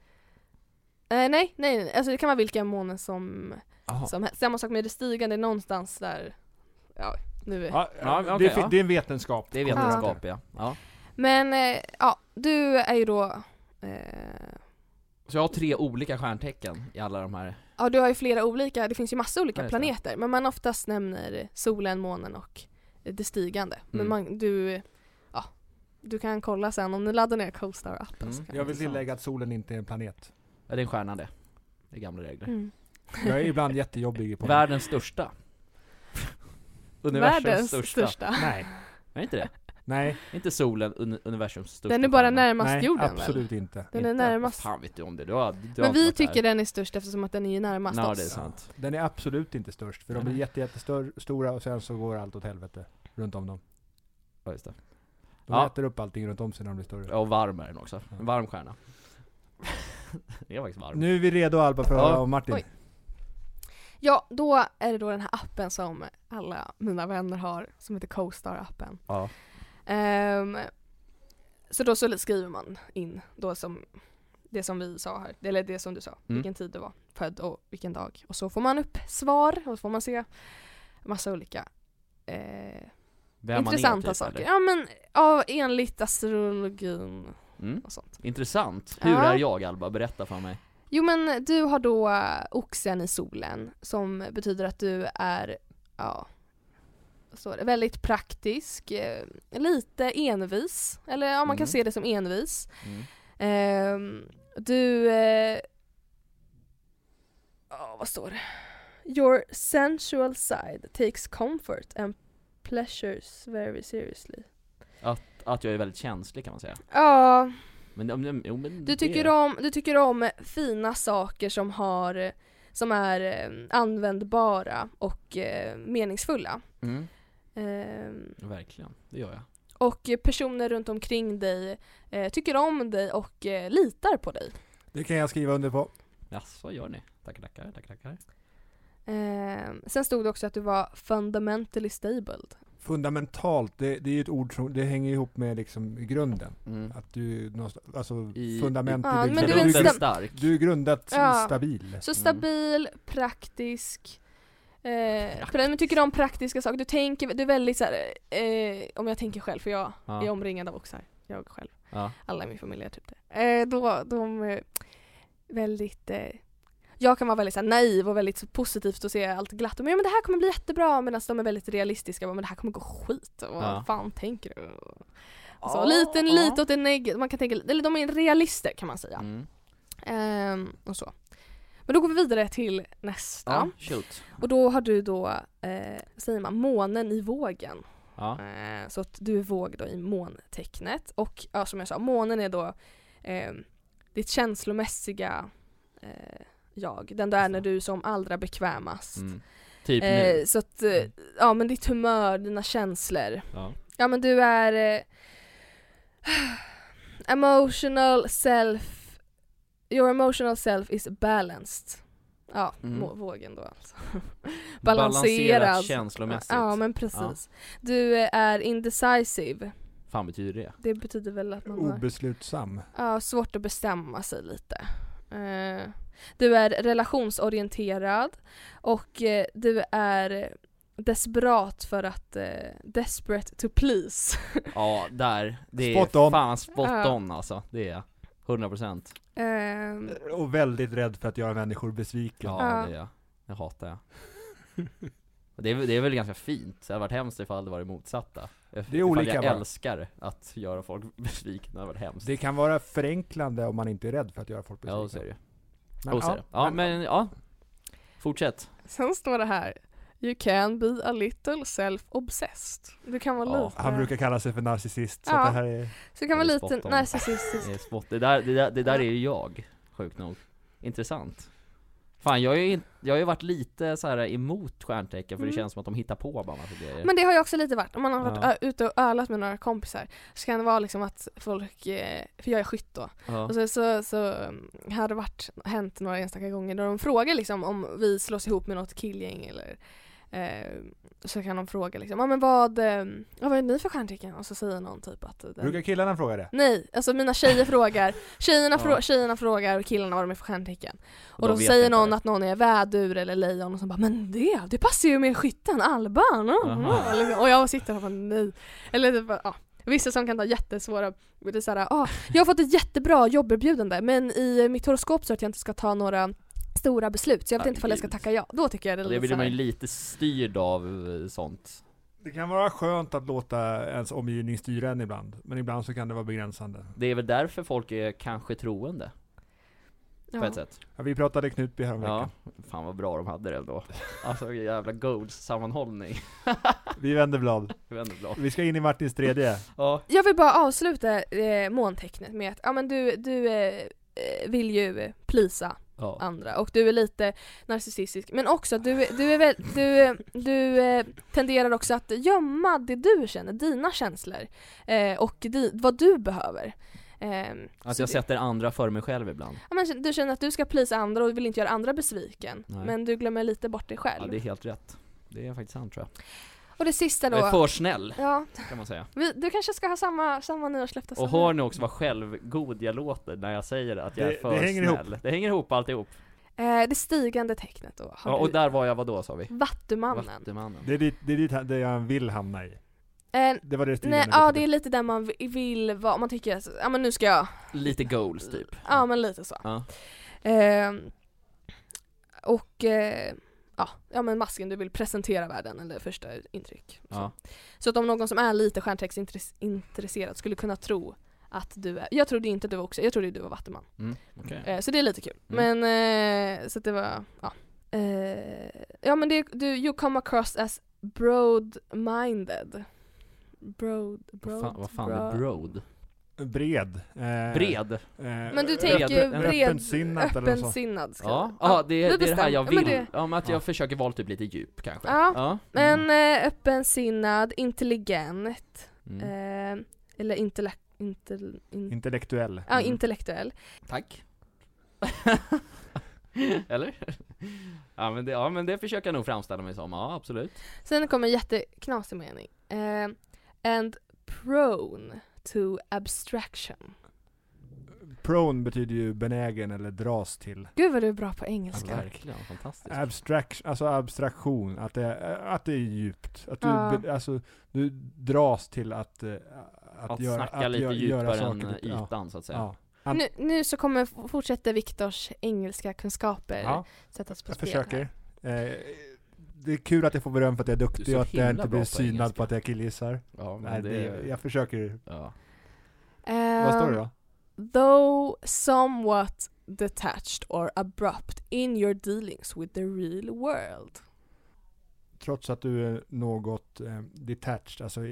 Nej, alltså det kan vara vilken måne som helst. Samma sak med det stigande, någonstans där. Ja, nu är det är en vetenskap. Det är vetenskap, ja. Men du är ju då så jag har 3 olika stjärntecken i alla de här. Ja, du har ju flera olika. Det finns ju massa olika planeter, men man oftast nämner solen, månen och det stigande. Men du kan kolla sen om du laddar ner CoStar-appen. Jag vill tillägga att solen inte är en planet. Ja, det är en stjärna det. Det är gamla regler. Jag är ibland jättejobbig på världens största. Världens största. Nej. Är inte det? Nej. Inte solen universums största. Den är bara närmast Nej, jorden. Absolut inte. Den är närmast. Fan vet du om det. Men vi tycker den är störst eftersom att den är närmast oss. Det är sant. Den är absolut inte störst. För de är jättestora och sen så går allt åt helvete runt om dem. Ja, just det. De äter upp allting runt om sig när de blir större. Ja, och varm är den också. En varm stjärna. Det är faktiskt varm. Nu är vi redo, Alba, för att höra om Martin. Oj. Ja, då är det då den här appen som alla mina vänner har, som heter CoStar-appen. Ja. Så då så skriver man in då som det som vi sa här, eller det som du sa, vilken tid du var född och vilken dag. Och så får man upp svar och så får man se massa olika intressanta typ, saker. Eller? Ja, men enligt astrologin och sånt. Intressant. Hur är jag, Alba? Berätta för mig. Jo, men du har då oxen i solen, som betyder att du är så är det väldigt praktisk, lite envis, eller ja, man kan se det som envis. Vad står det? Your sensual side takes comfort and pleasures very seriously. Att jag är väldigt känslig kan man säga. Ja. Men du tycker om fina saker som är användbara och meningsfulla. Verkligen, det gör jag. Och personer runt omkring dig tycker om dig och litar på dig. Det kan jag skriva under på. Ja, så gör ni. Tackar. Sen stod det också att du var fundamentally stabled. Fundamentalt, det är ju ett ord som det hänger ihop med liksom grunden. Att du fundament men du är stark. Du är grundat stabil. Så stabil, praktisk. Men tycker du om praktiska saker? Du är väldigt så här, om jag tänker själv, för jag är omringad av oxar. Jag själv. Alla i min familj är typ det. De är väldigt jag kan vara väldigt så här naiv och väldigt så positivt och se allt glatt. Men det här kommer bli jättebra, medan de är väldigt realistiska. Men det här kommer gå skit. Vad fan tänker du? Så, lite åt det negativa. Man kan tänka, eller de är realister kan man säga. Och så. Men då går vi vidare till nästa. Och då har du säger man månen i vågen. Så att du är våg då i måntecknet. Och som jag sa, månen är då ditt känslomässiga jag. Den där när du är som allra bekvämast. Typ nu. Så att, men ditt humör, dina känslor. Ja, men du är your emotional self is balanced. Ja, vågen då alltså. Balanserad känslomässigt. Ja, men precis. Du är indecisive. Fan betyder det? Det betyder väl att man obeslutsam. Svårt att bestämma sig lite. Du är relationsorienterad och du är desperat för att desperate to please. Ja, där. Det spot är on. Fan spot on alltså. Det är 100%. Och väldigt rädd för att göra människor besviken. Ja, det är jag. Det hatar jag. Det är väl ganska fint. Det hade varit hemskt ifall det var det motsatta. Det är olika. Jag älskar att göra folk besvikna. Det hade varit hemskt. Det kan vara förenklande om man inte är rädd för att göra folk besvikna. Ja, så är det. Men fortsätt. Sen står det här: you can be a little self-obsessed. Du kan vara lite... Han brukar kalla sig för narcissist. Så det här är... Så det kan vara lite narcissistisk. Det där är ju jag, sjukt nog. Intressant. Fan, jag har ju varit lite så här emot stjärntecken, för det känns som att de hittar på bara massa grejer. Men det har ju också lite varit, om man har varit ute och ölat med några kompisar, så kan det vara liksom att folk, för jag är skytt då, och så har det hänt några enstaka gånger då de frågar liksom om vi slås ihop med något killgäng eller så kan de fråga liksom, men vad är ni för stjärntecken? Och så säger någon typ att... Brukar killarna fråga det? Nej, alltså mina tjejer frågar. Tjejerna frågar och killarna vad de är för stjärntecken. Och då säger någon att någon är vädur eller lejon och så bara, men det passar ju med skytten, Alban. Och jag sitter och bara, nej. Eller typ, vissa som kan ta jättesvåra, det är så här, jag har fått ett jättebra jobberbjudande, men i mitt horoskop så att jag inte ska ta några stora beslut, så jag vet inte om jag ska tacka ja. Då tycker jag det är lite. Det blir man ju lite styrd av sånt. Det kan vara skönt att låta ens omgivning styra en ibland, men ibland så kan det vara begränsande. Det är väl därför folk är kanske troende. På ett sätt. Ja, vi pratade Knutby här om veckan. Fan vad bra de hade det då. Alltså jävla goals-sammanhållning. Vi vänder blad. Vi ska in i Martins tredje. Jag vill bara avsluta måntecknet med att men du vill ju plisa andra, och du är lite narcissistisk, men också du tenderar också att gömma det du känner, dina känslor och vad du behöver. Att jag sätter andra för mig själv ibland. Men du känner att du ska plisa andra och vill inte göra andra besviken. Nej. Men du glömmer lite bort dig själv. Ja, det är helt rätt. Det är faktiskt sant, tror jag. Och det sista då. Jag är för snäll, kan man säga. Du kanske ska ha samma nyårslöfte. Och hör ni också vad självgod jag låter när jag säger att jag är för snäll. Det hänger ihop alltihop. Det stigande tecknet då. Och där var jag, vad då sa vi? Vattumannen. Det är det jag vill hamna i. Det var det stigande. Nej, det är lite där man vill vara. Man tycker, men nu ska jag... Lite goals typ. Ja, men lite så. ja men masken du vill presentera världen eller första intryck. Ja. Så att om någon som är lite stjärntextintresserad skulle kunna tro att du är, jag trodde inte att du var också, jag trodde du var vattuman. Okay. Så det är lite kul. Men så att det var, ja men you come across as broad-minded. Vad fan är broad? Bred. Bred? Men du tänker ju öppensinnad. Öppensinnad. Det är det här jag vill. Men jag försöker vara typ lite djup kanske. Men öppensinnad, intelligent, eller intellektuell. Ja, intellektuell. Tack. Eller? Men det försöker jag nog framställa mig som. Ja, absolut. Sen kommer en jätteknasig mening. And prone to abstraction. Prone betyder ju benägen eller dras till. Gud vad du är bra på engelska. Verkligen, fantastiskt. Abstraktion, att det är djupt. Att du dras till att snacka lite djupare än ytan så att säga. Ja. Nu så fortsätter Viktors engelska kunskaper sättas på jag spel. Försöker. Det är kul att jag får beröm för att jag är duktig och att jag inte blir synad på att jag killgissar. Ja, men jag försöker. Ja. Vad står det då? Though somewhat detached or abrupt in your dealings with the real world. Trots att du är något detached, alltså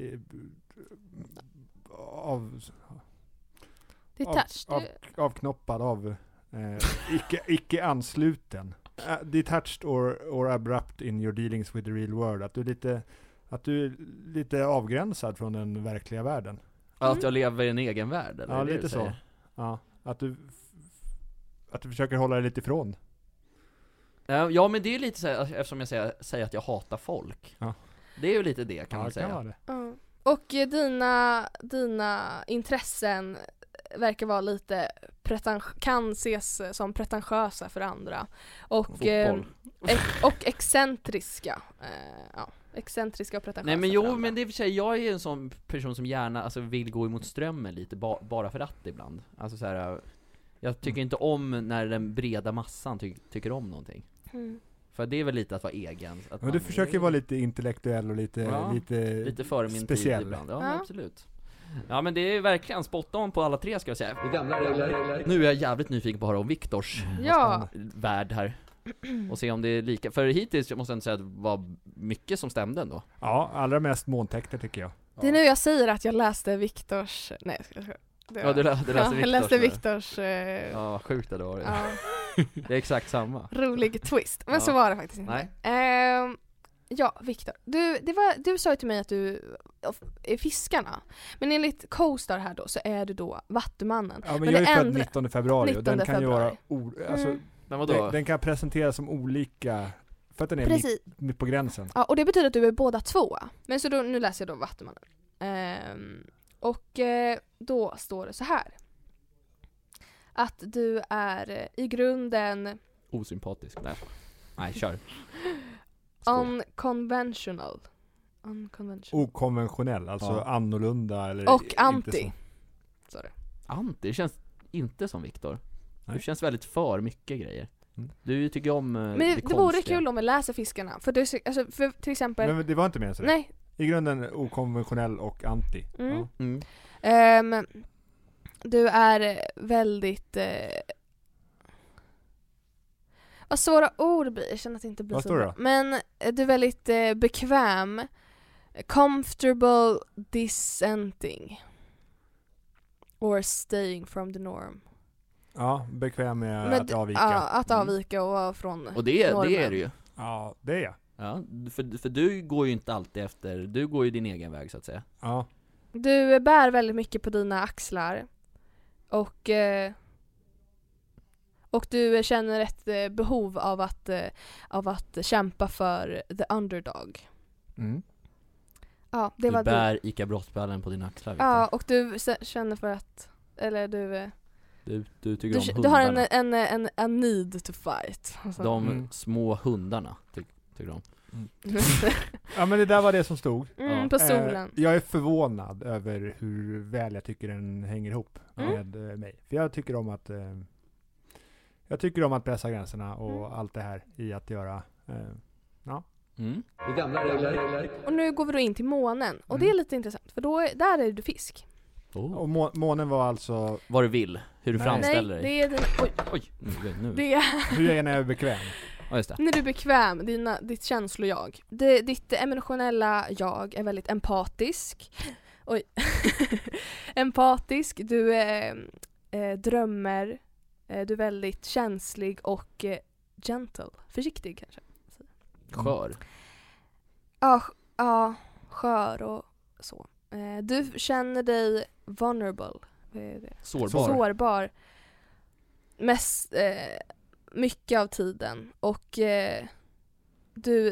avknoppad icke ansluten. Detached or abrupt in your dealings with the real world. Att du är lite avgränsad från den verkliga världen. Att jag lever i en egen värld, eller? Ja, lite så. Ja, att du försöker hålla dig lite ifrån. Ja, men det är lite så här, eftersom jag säger att jag hatar folk. Ja. Det är ju lite det, kan man säga. Kan det. Och dina intressen verkar vara lite kan ses som pretentiösa för andra. Och excentriska. Excentriska och pretentiösa. Nej, men men det är för sig, jag är en sån person som gärna vill gå emot strömmen lite bara för att ibland. Alltså så här, jag tycker inte om när den breda massan tycker om någonting. För det är väl lite att vara egen. Men du försöker vara lite intellektuell och lite före min speciell. Tid ibland. Ja, absolut. Ja, men det är verkligen spot on på alla tre, ska jag säga. Gamla regler. Nu är jag jävligt nyfiken på att höra om Viktors värld här. Och se om det är lika. För hittills måste jag säga att det var mycket som stämde ändå. Ja, allra mest måntäckter tycker jag. Det är nu jag säger att jag läste Viktors... Nej, du läste Viktors. Jag läste Viktors... Ja, sjukt det var det. Ja. Det är exakt samma. Rolig twist. Men så var det faktiskt inte. Nej. Ja, Viktor. Du sa ju till mig att du är fiskarna. Men enligt CoStar här då så är du då vattumannen. Ja, men jag är född 19 februari och den kan ju vara... Men vadå? Den kan presenteras som olika... För att den är mitt på gränsen. Ja, och det betyder att du är båda två. Men så då, nu läser jag då vattumannen. Då står det så här. Att du är i grunden... Osympatisk. Nej, kör. Unconventional. Okonventionell, alltså annorlunda eller och anti. Sorry. Anti, det känns inte som Viktor. Du känns väldigt för mycket grejer. Du tycker om men det vore kul om vi läser fiskarna. För, för till exempel... Men det var inte mer så. Nej. I grunden okonventionell och anti. Du är väldigt... vad svåra ord blir. Jag känner att det inte blir vad så bra. Men du är väldigt bekväm. Comfortable dissenting. Or staying from the norm. Ja, bekväm med att avvika. Ja, att avvika och vara från och det är det ju. Ja, det är jag. Ja, för du går ju inte alltid efter, du går ju din egen väg så att säga. Ja. Du bär väldigt mycket på dina axlar. Och du känner ett behov av att kämpa för the underdog. Ja, det var du bär Ica brottballen på dina axlar. Ja, och du känner för att du tycker om hundarna. Du har en need to fight. Alltså. De små hundarna tycker de. Ja, men det där var det som stod. På solen. Jag är förvånad över hur väl jag tycker den hänger ihop med mig. För jag tycker om att pressa gränserna och allt det här i att göra Ja. Mm. Det är gamla regler. Och nu går vi då in till månen. Och det är lite intressant, för då där är du fisk. Och månen var alltså... Vad du vill, hur du Nej. framställer Nej, dig. det är din, Oj, nu. det är Hur är när jag är bekväm? Ja, just det. när du är bekväm, ditt känslo-jag. Ditt emotionella jag är väldigt empatisk. Oj. Empatisk, du drömmer, du är väldigt känslig och gentle. Försiktig kanske. Skör. Ja, skör och så. Du känner dig vulnerable. Sårbar. Mest, mycket av tiden. Och du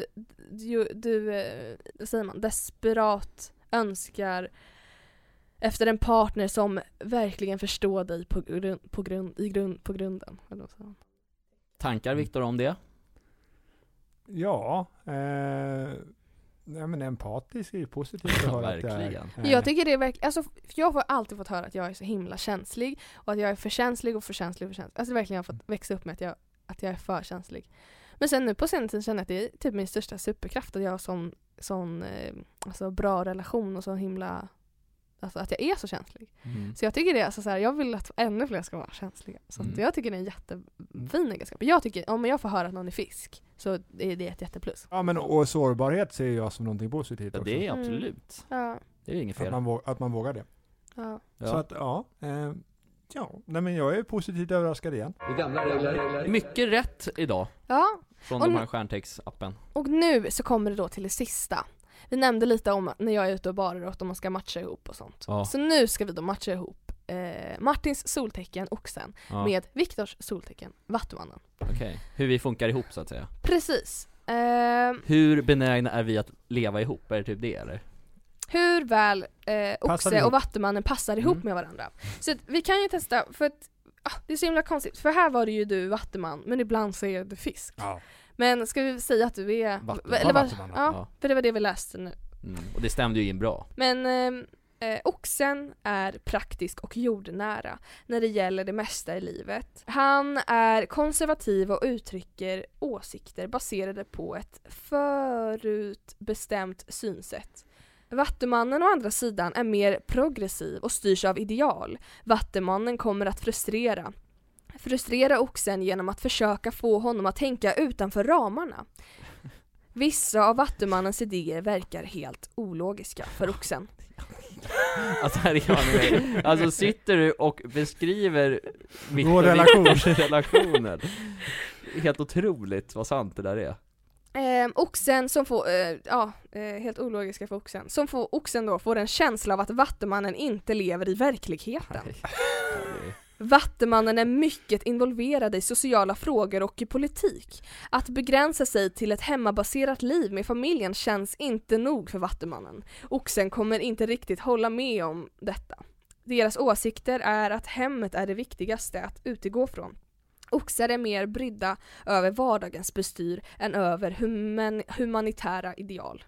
säger man, desperat önskar efter en partner som verkligen förstår dig på grunden. Eller så. Tankar, Viktor, om det? Ja, men empatisk är ju positivt att höra att det är. Verkligen. Jag tycker det är verkligen, alltså jag har alltid fått höra att jag är så himla känslig och att jag är för känslig. Alltså verkligen jag har fått växa upp med att jag är för känslig. Men sen nu på senare tiden känner jag att det är typ min största superkraft att jag har sån alltså bra relation och så himla, alltså att jag är så känslig. Så jag tycker det är alltså så här, jag vill att ännu fler ska vara känsliga. Så att jag tycker det är en jättefin egenskap. Jag tycker, om jag får höra att någon är fisk så är det ett jätteplus. Ja, men och sårbarhet ser jag som någonting positivt Ja, också. det är absolut. Ja. Det är inget fel. Att man vågar det. Ja. Så att, nej men jag är positivt överraskad igen. Det är gamla regler. Mycket rätt idag Ja. från Och de här stjärntecksappen. Och nu så kommer det då till det sista. Vi nämnde lite om när jag är ute och barar och att man ska matcha ihop och sånt. Ja. Så nu ska vi då matcha ihop Martins soltecken Oxen med Viktors soltecken Vattumannen. Okej. Hur vi funkar ihop så att säga. Precis. Hur benägna är vi att leva ihop? Är det typ det eller? Hur väl Oxe ihop. och Vattumannen passar ihop med varandra. Så att vi kan ju testa, för att det är så himla konstigt. För här var det ju du Vattuman, men ibland så är du fisk. Ja. Men ska vi säga att du är Vattuman. Ja, för det var det vi läste nu. Och det stämde ju in bra. Men Oxen är praktisk och jordnära när det gäller det mesta i livet. Han är konservativ och uttrycker åsikter baserade på ett förutbestämt synsätt. Vattumannen å andra sidan är mer progressiv och styrs av ideal. Vattumannen kommer att frustrera Oxen genom att försöka få honom att tänka utanför ramarna. Vissa av Vattumannens idéer verkar helt ologiska för Oxen. Alltså här alltså sitter du och beskriver Vår relationer. Helt otroligt vad sant det där är. Oxen som får, helt ologiska för Oxen. Som får Oxen då får en känsla av att Vattumannen inte lever i verkligheten. Vattumannen är mycket involverad i sociala frågor och i politik. Att begränsa sig till ett hemmabaserat liv med familjen känns inte nog för Vattumannen. Oxen kommer inte riktigt hålla med om detta. Deras åsikter är att hemmet är det viktigaste att utgå från. Oxar är mer brydda över vardagens bestyr än över humanitära ideal.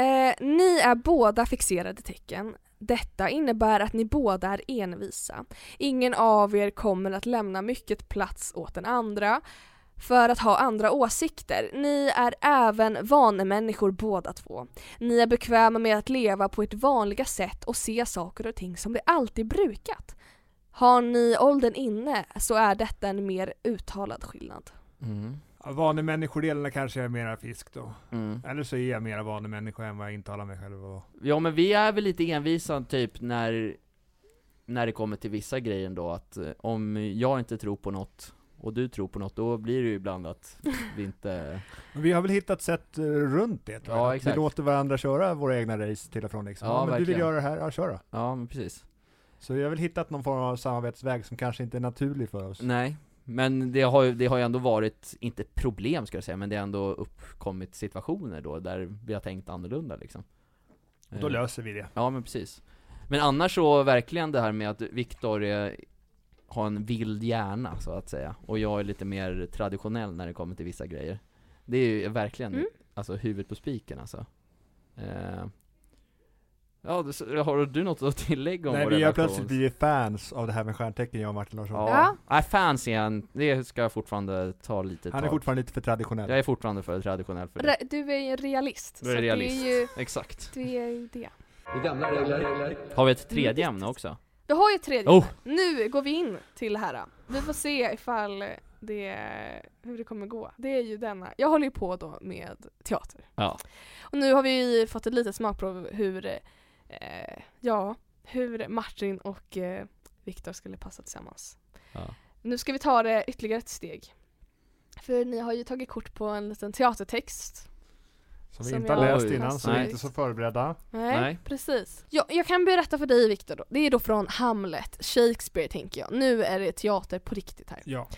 Ni är båda fixerade tecken. Detta innebär att ni båda är envisa. Ingen av er kommer att lämna mycket plats åt den andra för att ha andra åsikter. Ni är även vanemänniskor båda två. Ni är bekväma med att leva på ett vanliga sätt och se saker och ting som det alltid brukat. Har ni åldern inne så är detta en mer uttalad skillnad. Vanemänniskodelarna kanske är mera fisk då. Eller så är jag mera vanemänniska än vad jag intalar mig själv. Ja, men vi är väl lite envisa typ när det kommer till vissa grejer då, att om jag inte tror på något och du tror på något, då blir det ju ibland att vi inte... Vi har väl hittat sätt runt det, tror jag. Ja, exakt. Vi låter varandra köra våra egna race till och från liksom. Ja, men du vill verkligen. göra det här, ja, köra. Ja, men precis. Så vi har väl hittat någon form av samarbetsväg som kanske inte är naturlig för oss. Nej, men det har ju ändå varit, inte problem ska jag säga, men det har ändå uppkommit situationer då där vi har tänkt annorlunda liksom. Och då löser vi det. Ja, men precis. Men annars så verkligen det här med att Viktor har en vild hjärna så att säga, och jag är lite mer traditionell när det kommer till vissa grejer. Det är ju verkligen alltså huvudet på spiken alltså. Ja, har du något att tillägga om Nej, vår vi har relation? plötsligt blivit fans av det här med stjärntecken, jag och Martin Larsson. Ja. Nej, fans igen. Det ska jag fortfarande ta lite Han är tag. fortfarande lite för traditionell. Jag är fortfarande för traditionell för det. Du är ju en realist. Du är så realist. Det är ju, Exakt. det är ju det. Det gamla regler. Har vi ett tredje ämne också? Du har ju ett tredje. Oh. Nu går vi in till det här. Vi får se ifall hur det kommer gå. Det är ju denna. Jag håller ju på då med teater. Ja. Och nu har vi fått ett litet smakprov hur Martin och Viktor skulle passa tillsammans. Ja. Nu ska vi ta det ytterligare ett steg. För ni har ju tagit kort på en liten teatertext. Som vi som inte har jag- läst innan, så vi är Nej. inte så förberedda. Nej, precis. Jag kan berätta för dig, Viktor då. Det är då från Hamlet, Shakespeare tänker jag. Nu är det teater på riktigt här. Ja.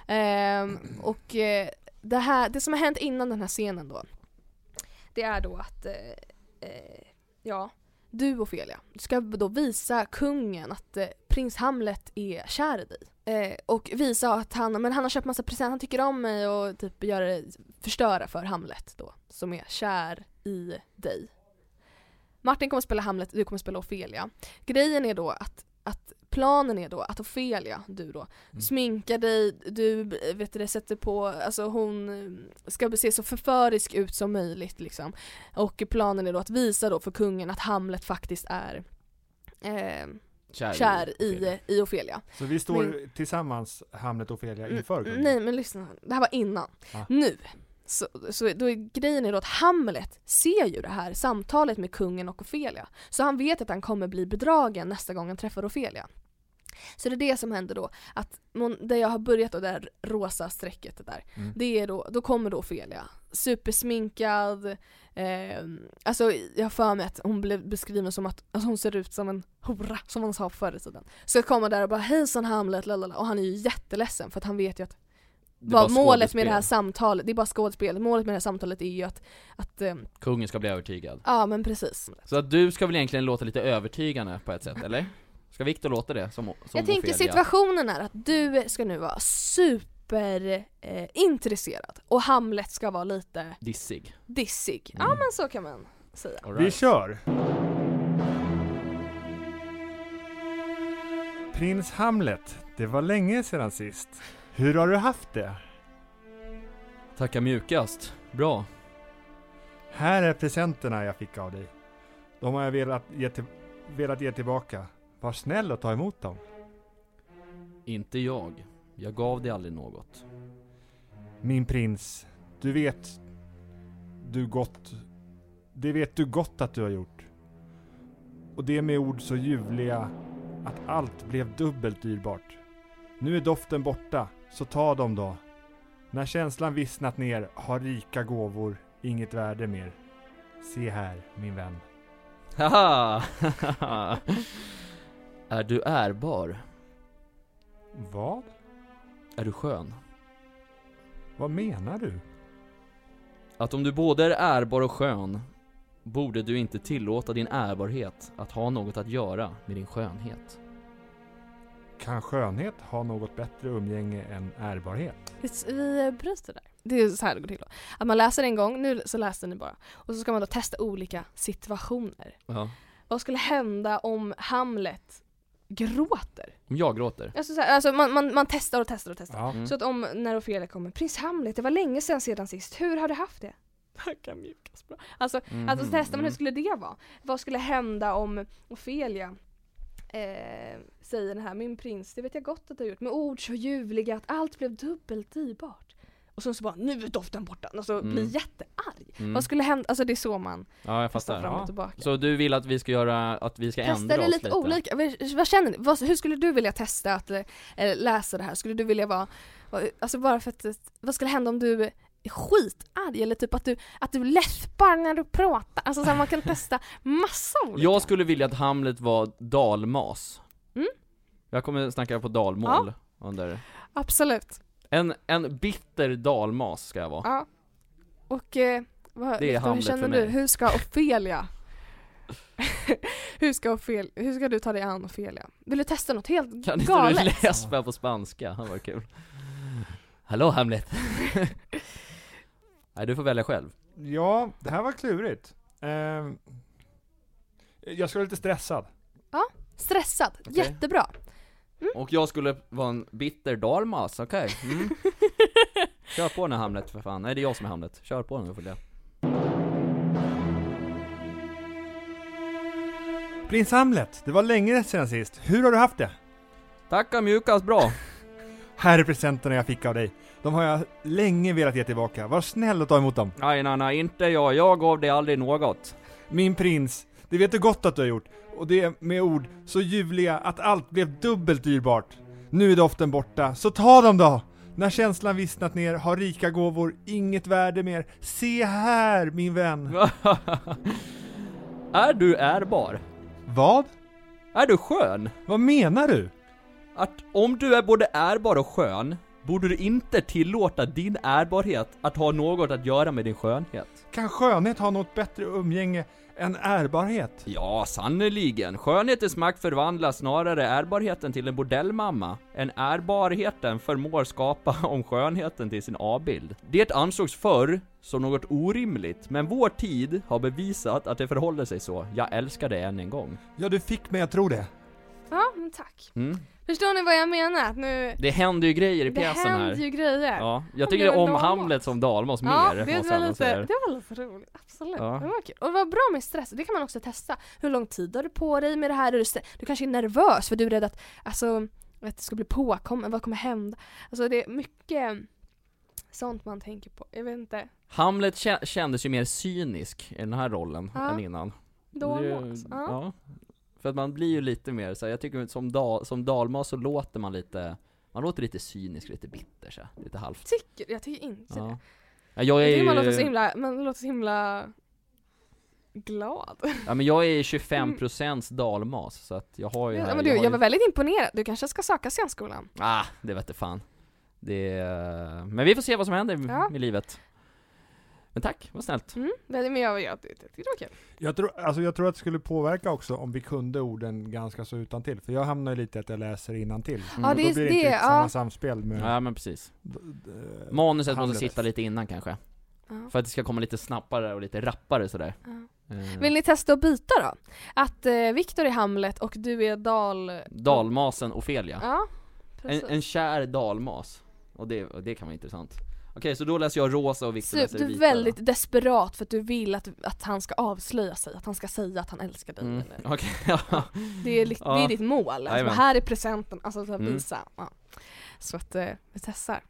Det som har hänt innan den här scenen då, det är då att du Ofelia ska då visa kungen att prins Hamlet är kär i dig. Och visa att han har köpt massa present, han tycker om mig och typ förstöra för Hamlet då, som är kär i dig. Martin kommer spela Hamlet, du kommer spela Ofelia. Grejen är då att planen är då att Ofelia, du då, sminkar dig, du sätter på, alltså hon ska se så förförisk ut som möjligt liksom. Och planen är då att visa då för kungen att Hamlet faktiskt är kär i Ofelia. Så vi står tillsammans, Hamlet och Ofelia, inför kungen? Nej, men lyssna, det här var innan. Nu. Så då är grejen är då att Hamlet ser ju det här samtalet med kungen och Ofelia. Så han vet att han kommer bli bedragen nästa gång han träffar Ofelia. Så det är det som händer då, att där jag har börjat då, där rosa strecket där, det är då kommer då Ofelia supersminkad, alltså jag har för mig att hon blev beskriven som att alltså hon ser ut som en hora, som man sa förr i tiden. Så jag kommer där och bara hejsan Hamlet, lalala, och han är ju jätteledsen för att han vet ju att målet med det här samtalet, det är bara skådespel. Målet med det här samtalet är ju att kungen ska bli övertygad. Ja, men precis. Så att du ska väl egentligen låta lite övertygande på ett sätt, eller? Ska Viktor låta det som jag tänker Ofelia? situationen är att du ska nu vara super intresserad och Hamlet ska vara lite dissig. Ja, men så kan man säga. All Vi right. kör! Prins Hamlet, det var länge sedan sist. Hur har du haft det? Tacka mjukast. Bra. Här är presenterna jag fick av dig. De har jag velat ge tillbaka. Var snäll och ta emot dem. Inte jag. Jag gav dig aldrig något. Min prins, det vet du gott att du har gjort. Och det med ord så ljuvliga att allt blev dubbelt dyrbart. Nu är doften borta, så ta dem då. När känslan vissnat ner har rika gåvor inget värde mer. Se här, min vän. Haha! Är du ärbar? Vad? Är du skön? Vad menar du? Att om du både är ärbar och skön, borde du inte tillåta din ärbarhet att ha något att göra med din skönhet. Kan skönhet ha något bättre umgänge än ärbarhet? Vi bryter där. Det är så här det går till då. Att man läser en gång, nu så läser ni bara. Och så ska man då testa olika situationer. Ja. Vad skulle hända om Hamlet gråter? Om jag gråter? Alltså man testar och testar och testar. Ja. Så att om när Ofelia kommer, prins Hamlet, det var länge sedan sist. Hur har du haft det? Tacka mjukast bra. Alltså så testar man hur skulle det vara? Vad skulle hända om Ofelia säger den här, min prins, det vet jag gott att du har gjort, med ord så ljuvliga att allt blev dubbelt dyrbart. Och så bara, nu är doften borta. Och så blir jättearg. Vad skulle hända? Alltså det är så man jag testar fattar. fram och tillbaka. Så du vill att vi ska ändra Testa det oss lite olika. Vad känner ni? Hur skulle du vilja testa att läsa det här? Skulle du vilja vara, alltså bara för att, vad skulle hända om du är skitarg eller typ att du läspar när du pratar? Alltså så här, man kan testa massa olika. Jag skulle vilja att Hamlet var dalmas. Jag kommer snacka på dalmål under. Absolut. En bitter dalmas ska jag vara. Ja. Och det är Hamlet hur känner för mig. du? Hur ska Ofelia hur ska du ta dig an Ofelia? Vill du testa något helt Kan inte galet? du läsa på spanska? Det var kul. Hallå Hamlet. Nej, du får välja själv. Ja, det här var klurigt. Jag skulle vara lite stressad. Ja, stressad. Okej. Jättebra. Och jag skulle vara en bitter dalmas, okej. Kör på den här Hamlet för fan. Nej, det är jag som är Hamlet. Kör på den för det. Prins Hamlet, det var länge sedan sist. Hur har du haft det? Tacka mjukast bra. Här är presenterna jag fick av dig. De har jag länge velat ge tillbaka. Var snäll och ta emot dem. Nej, inte jag. Jag gav dig aldrig något. Min prins, det vet du gott att du har gjort. Och det är med ord så ljuvliga att allt blev dubbelt dyrbart. Nu är doften borta, så ta dem då! När känslan vissnat ner har rika gåvor inget värde mer. Se här, min vän! Är du ärbar? Vad? Är du skön? Vad menar du? Att om du är både ärbar och skön, borde du inte tillåta din ärbarhet att ha något att göra med din skönhet. Kan skönhet ha något bättre umgänge än ärbarhet? Ja, sannoliken. Skönhetens makt förvandlar snarare ärbarheten till en bordellmamma än ärbarheten förmår skapa om skönheten till sin avbild. Det ansågs förr som något orimligt, men vår tid har bevisat att det förhåller sig så. Jag älskar det än en gång. Ja, du fick mig att tro det. Ja, men tack. Mm. Förstår ni vad jag menar? Nu... Det händer ju grejer i Det pjäsen här. händer ju grejer. Ja, jag Han tycker blev en om dalmas. Hamlet som dalmas mer. Ja, det måste jag var, ändå säga. det var lite roligt. Absolut. Ja. Det var kul. Och det var bra med stress. Det kan man också testa. Hur lång tid har du på dig med det här? Du kanske är nervös för du är rädd att, att det ska bli påkommen. Vad kommer hända? Alltså det är mycket sånt man tänker på. Jag vet inte. Hamlet kändes ju mer cynisk i den här rollen än innan. Dalmas. Ja. För att man blir ju lite mer så här, jag tycker som dalmas så låter man låter lite cynisk, lite bitter så här, lite halvt. Jag tycker inte det. Ja, jag är ju... Man låter så himla glad. Ja, men jag är 25% dalmas så att jag har ju här, men jag var väldigt imponerad. Du kanske ska söka scenskolan. Det vet jag fan. Men vi får se vad som händer med livet. Men tack, vad snällt. Men jag tyckte det var kul. Jag tror att det skulle påverka också om vi kunde orden ganska så utantill. För jag hamnar ju lite att jag läser innantill. Ja, det då blir det inte samma samspel med... Ja, men precis. Manuset måste sitta läst. lite innan kanske. För att det ska komma lite snabbare och lite rappare sådär. Vill ni testa att byta då? Att Viktor är Hamlet och du är Dalmasen Ofelia. Ja, precis. En kär dalmas. Och det kan vara intressant. Okej, så då läser jag rosa och Viktor läser du är vita. väldigt desperat för att du vill att han ska avslöja sig. Att han ska säga att han älskar dig. Okej, ja. Det är ditt mål. Alltså, här är presenten. Alltså så att visa. Ja. Så att vi testar.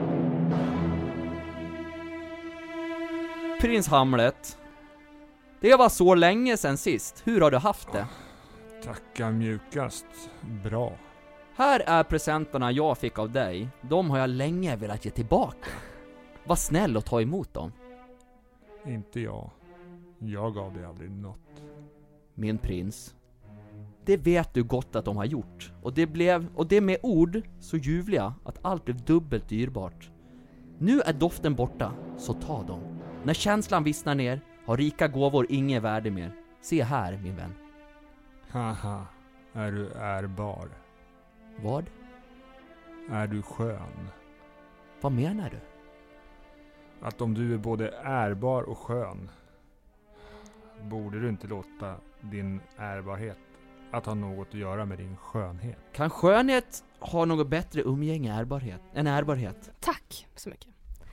Prins Hamlet. Det var så länge sedan sist. Hur har du haft det? Tacka mjukast. Bra. Här är presenterna jag fick av dig. De har jag länge velat ge tillbaka. Var snäll och ta emot dem. Inte jag. Jag gav dig aldrig något. Min prins. Det vet du gott att de har gjort. Och det med ord så ljuvliga att allt blev dubbelt dyrbart. Nu är doften borta, så ta dem. När känslan vissnar ner har rika gåvor inget värde mer. Se här, min vän. Haha, är du ärbar? Vad? Är du skön? Vad menar du? Att om du är både ärbar och skön, borde du inte låta din ärbarhet att ha något att göra med din skönhet? Kan skönhet ha något bättre umgänge än ärbarhet? Tack så mycket.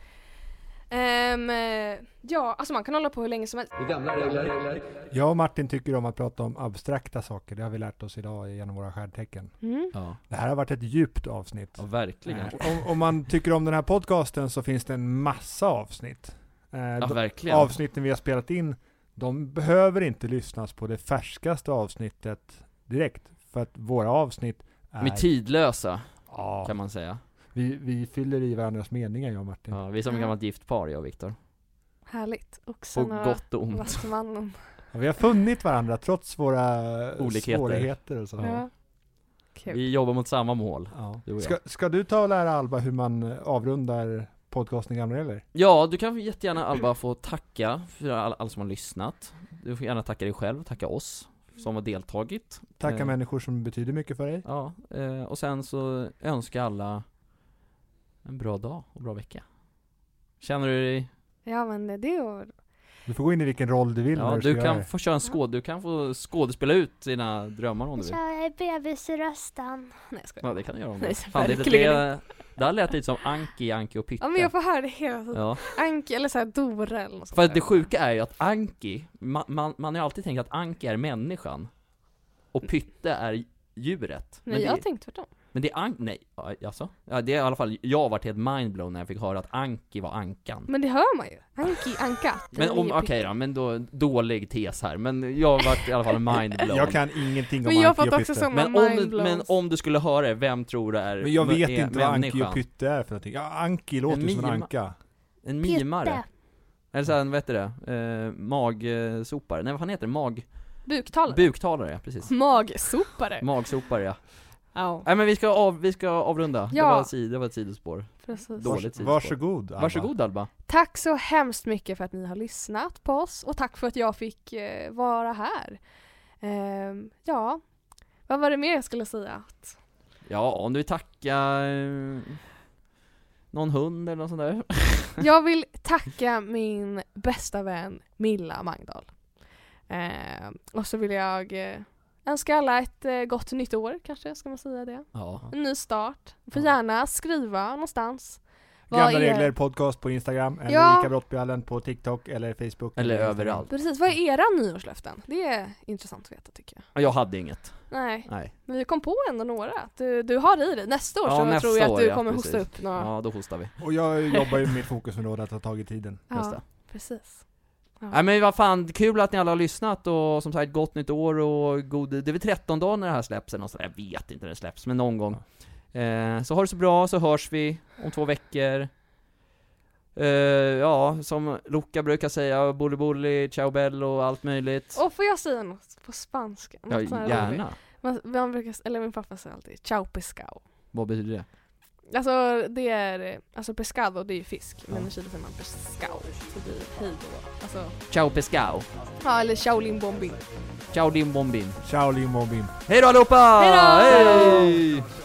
Ja, alltså man kan hålla på hur länge som helst. Det är gamla regler. Jag och Martin tycker om att prata om abstrakta saker. Det har vi lärt oss idag genom våra stjärntecken. Ja. Det här har varit ett djupt avsnitt. Ja, verkligen. Om man tycker om den här podcasten så finns det en massa avsnitt. Ja, verkligen. Avsnitten vi har spelat in, de behöver inte lyssnas på det färskaste avsnittet direkt. För att våra avsnitt är... Med tidlösa, ja, kan man säga. Vi fyller i varandras meningar, jag och Martin. Ja, vi är som ett gammalt gift par, jag och Viktor. Härligt. På Oxen gott och ont. Vattumannen. Ja, vi har funnit varandra trots våra Olikheter. svårigheter och så. Ja. Kul. Vi jobbar mot samma mål. Ja. Du och jag. Ska du ta och lära Alba hur man avrundar podcasten gamla regler? Ja, du kan jättegärna Alba få tacka för alla som har lyssnat. Du får gärna tacka dig själv, tacka oss som har deltagit. Tacka människor som betyder mycket för dig. Ja, och sen så önskar alla en bra dag och bra vecka. Känner du dig? Ja, men det är Du får gå in i vilken roll du vill. Ja, när du ska kan göra få köra du kan få skådespela ut dina drömmar om du vill. Kör bebisrösten. Nej, jag skojar. Ja, det kan du göra om Nej, du fan, det här lät lite som Anki och Pytte. Ja, men jag får höra det hela tiden. Ja. Anki eller så här Dora eller något sånt För att där. det sjuka är ju att Anki, man har ju alltid tänkt att Anki är människan och Pytte är djuret. Nej, jag tänkte tvärtom. Men det är nej, alltså. Ja, det är i alla fall, jag har varit helt mindblown när jag fick höra att Anki var ankan. Men det hör man ju. Anka. Men om, okej då, men då, dålig tes här. Men jag har varit i alla fall mindblown. Jag kan ingenting om Men jag har Anki fått och också Pytte. samma men om du skulle höra det, vem tror du är Men jag vet är inte vad Anki människan? och Pytte är för någonting. Ja, Anki låter som en anka. En mimare. Pytte. Eller så här, vad heter det? Magsopare. Nej, vad fan heter det? Buktalare. Buktalare, ja, precis. Magsopare. Magsopare, ja. Ja. Nej, men vi ska avrunda. Ja. Det var ett sidospår. Precis. Dåligt sidospår. Varsågod, Alba. Varsågod, Alba. Tack så hemskt mycket för att ni har lyssnat på oss och tack för att jag fick vara här. Ja, vad var det mer jag skulle säga? Ja, om du tackar någon hund eller något sånt där. Jag vill tacka min bästa vän Milla Magdal. Och så vill jag önska alla ett gott nytt år, kanske ska man säga det. Ja. En ny start. Får gärna skriva någonstans. Gamla regler podcast på Instagram eller Ja. Ica Brottbjällen på TikTok eller Facebook. Eller Instagram. överallt. Precis, vad är era nyårslöften? Det är intressant att veta tycker jag. Jag hade inget. Nej, Nej. men vi kom på ändå några. Du har det i dig. Nästa år Ja, så nästa tror jag att år, du ja, kommer precis. hosta upp några. Ja, då hostar vi. Och jag jobbar ju med mitt fokusområde att ha tagit tiden. Just det. Precis. Ja. Nej, men vad fan, kul att ni alla har lyssnat och som sagt, gott nytt år och god, det är väl 13 dagar när det här släpps eller något sånt. Jag vet inte när det släpps, men någon gång. Så ha det så bra, så hörs vi om 2 veckor. Ja, som Luca brukar säga, bulli bulli, ciao bello och allt möjligt. Och får jag säga något på spanska? Ja, Något sånt här gärna. roligt? Man brukar, eller min pappa säger alltid ciao pescado. Vad betyder det? Alltså det är, alltså pescado det är ju fisk, men i Chile säger man pescado. Så det är hej då. Alltså, Ciao pescao. ja, eller ciao lim bombin. Ciao din bombin. Ciao Lim Bombin. Hej då allihopa! Hej då! Hej!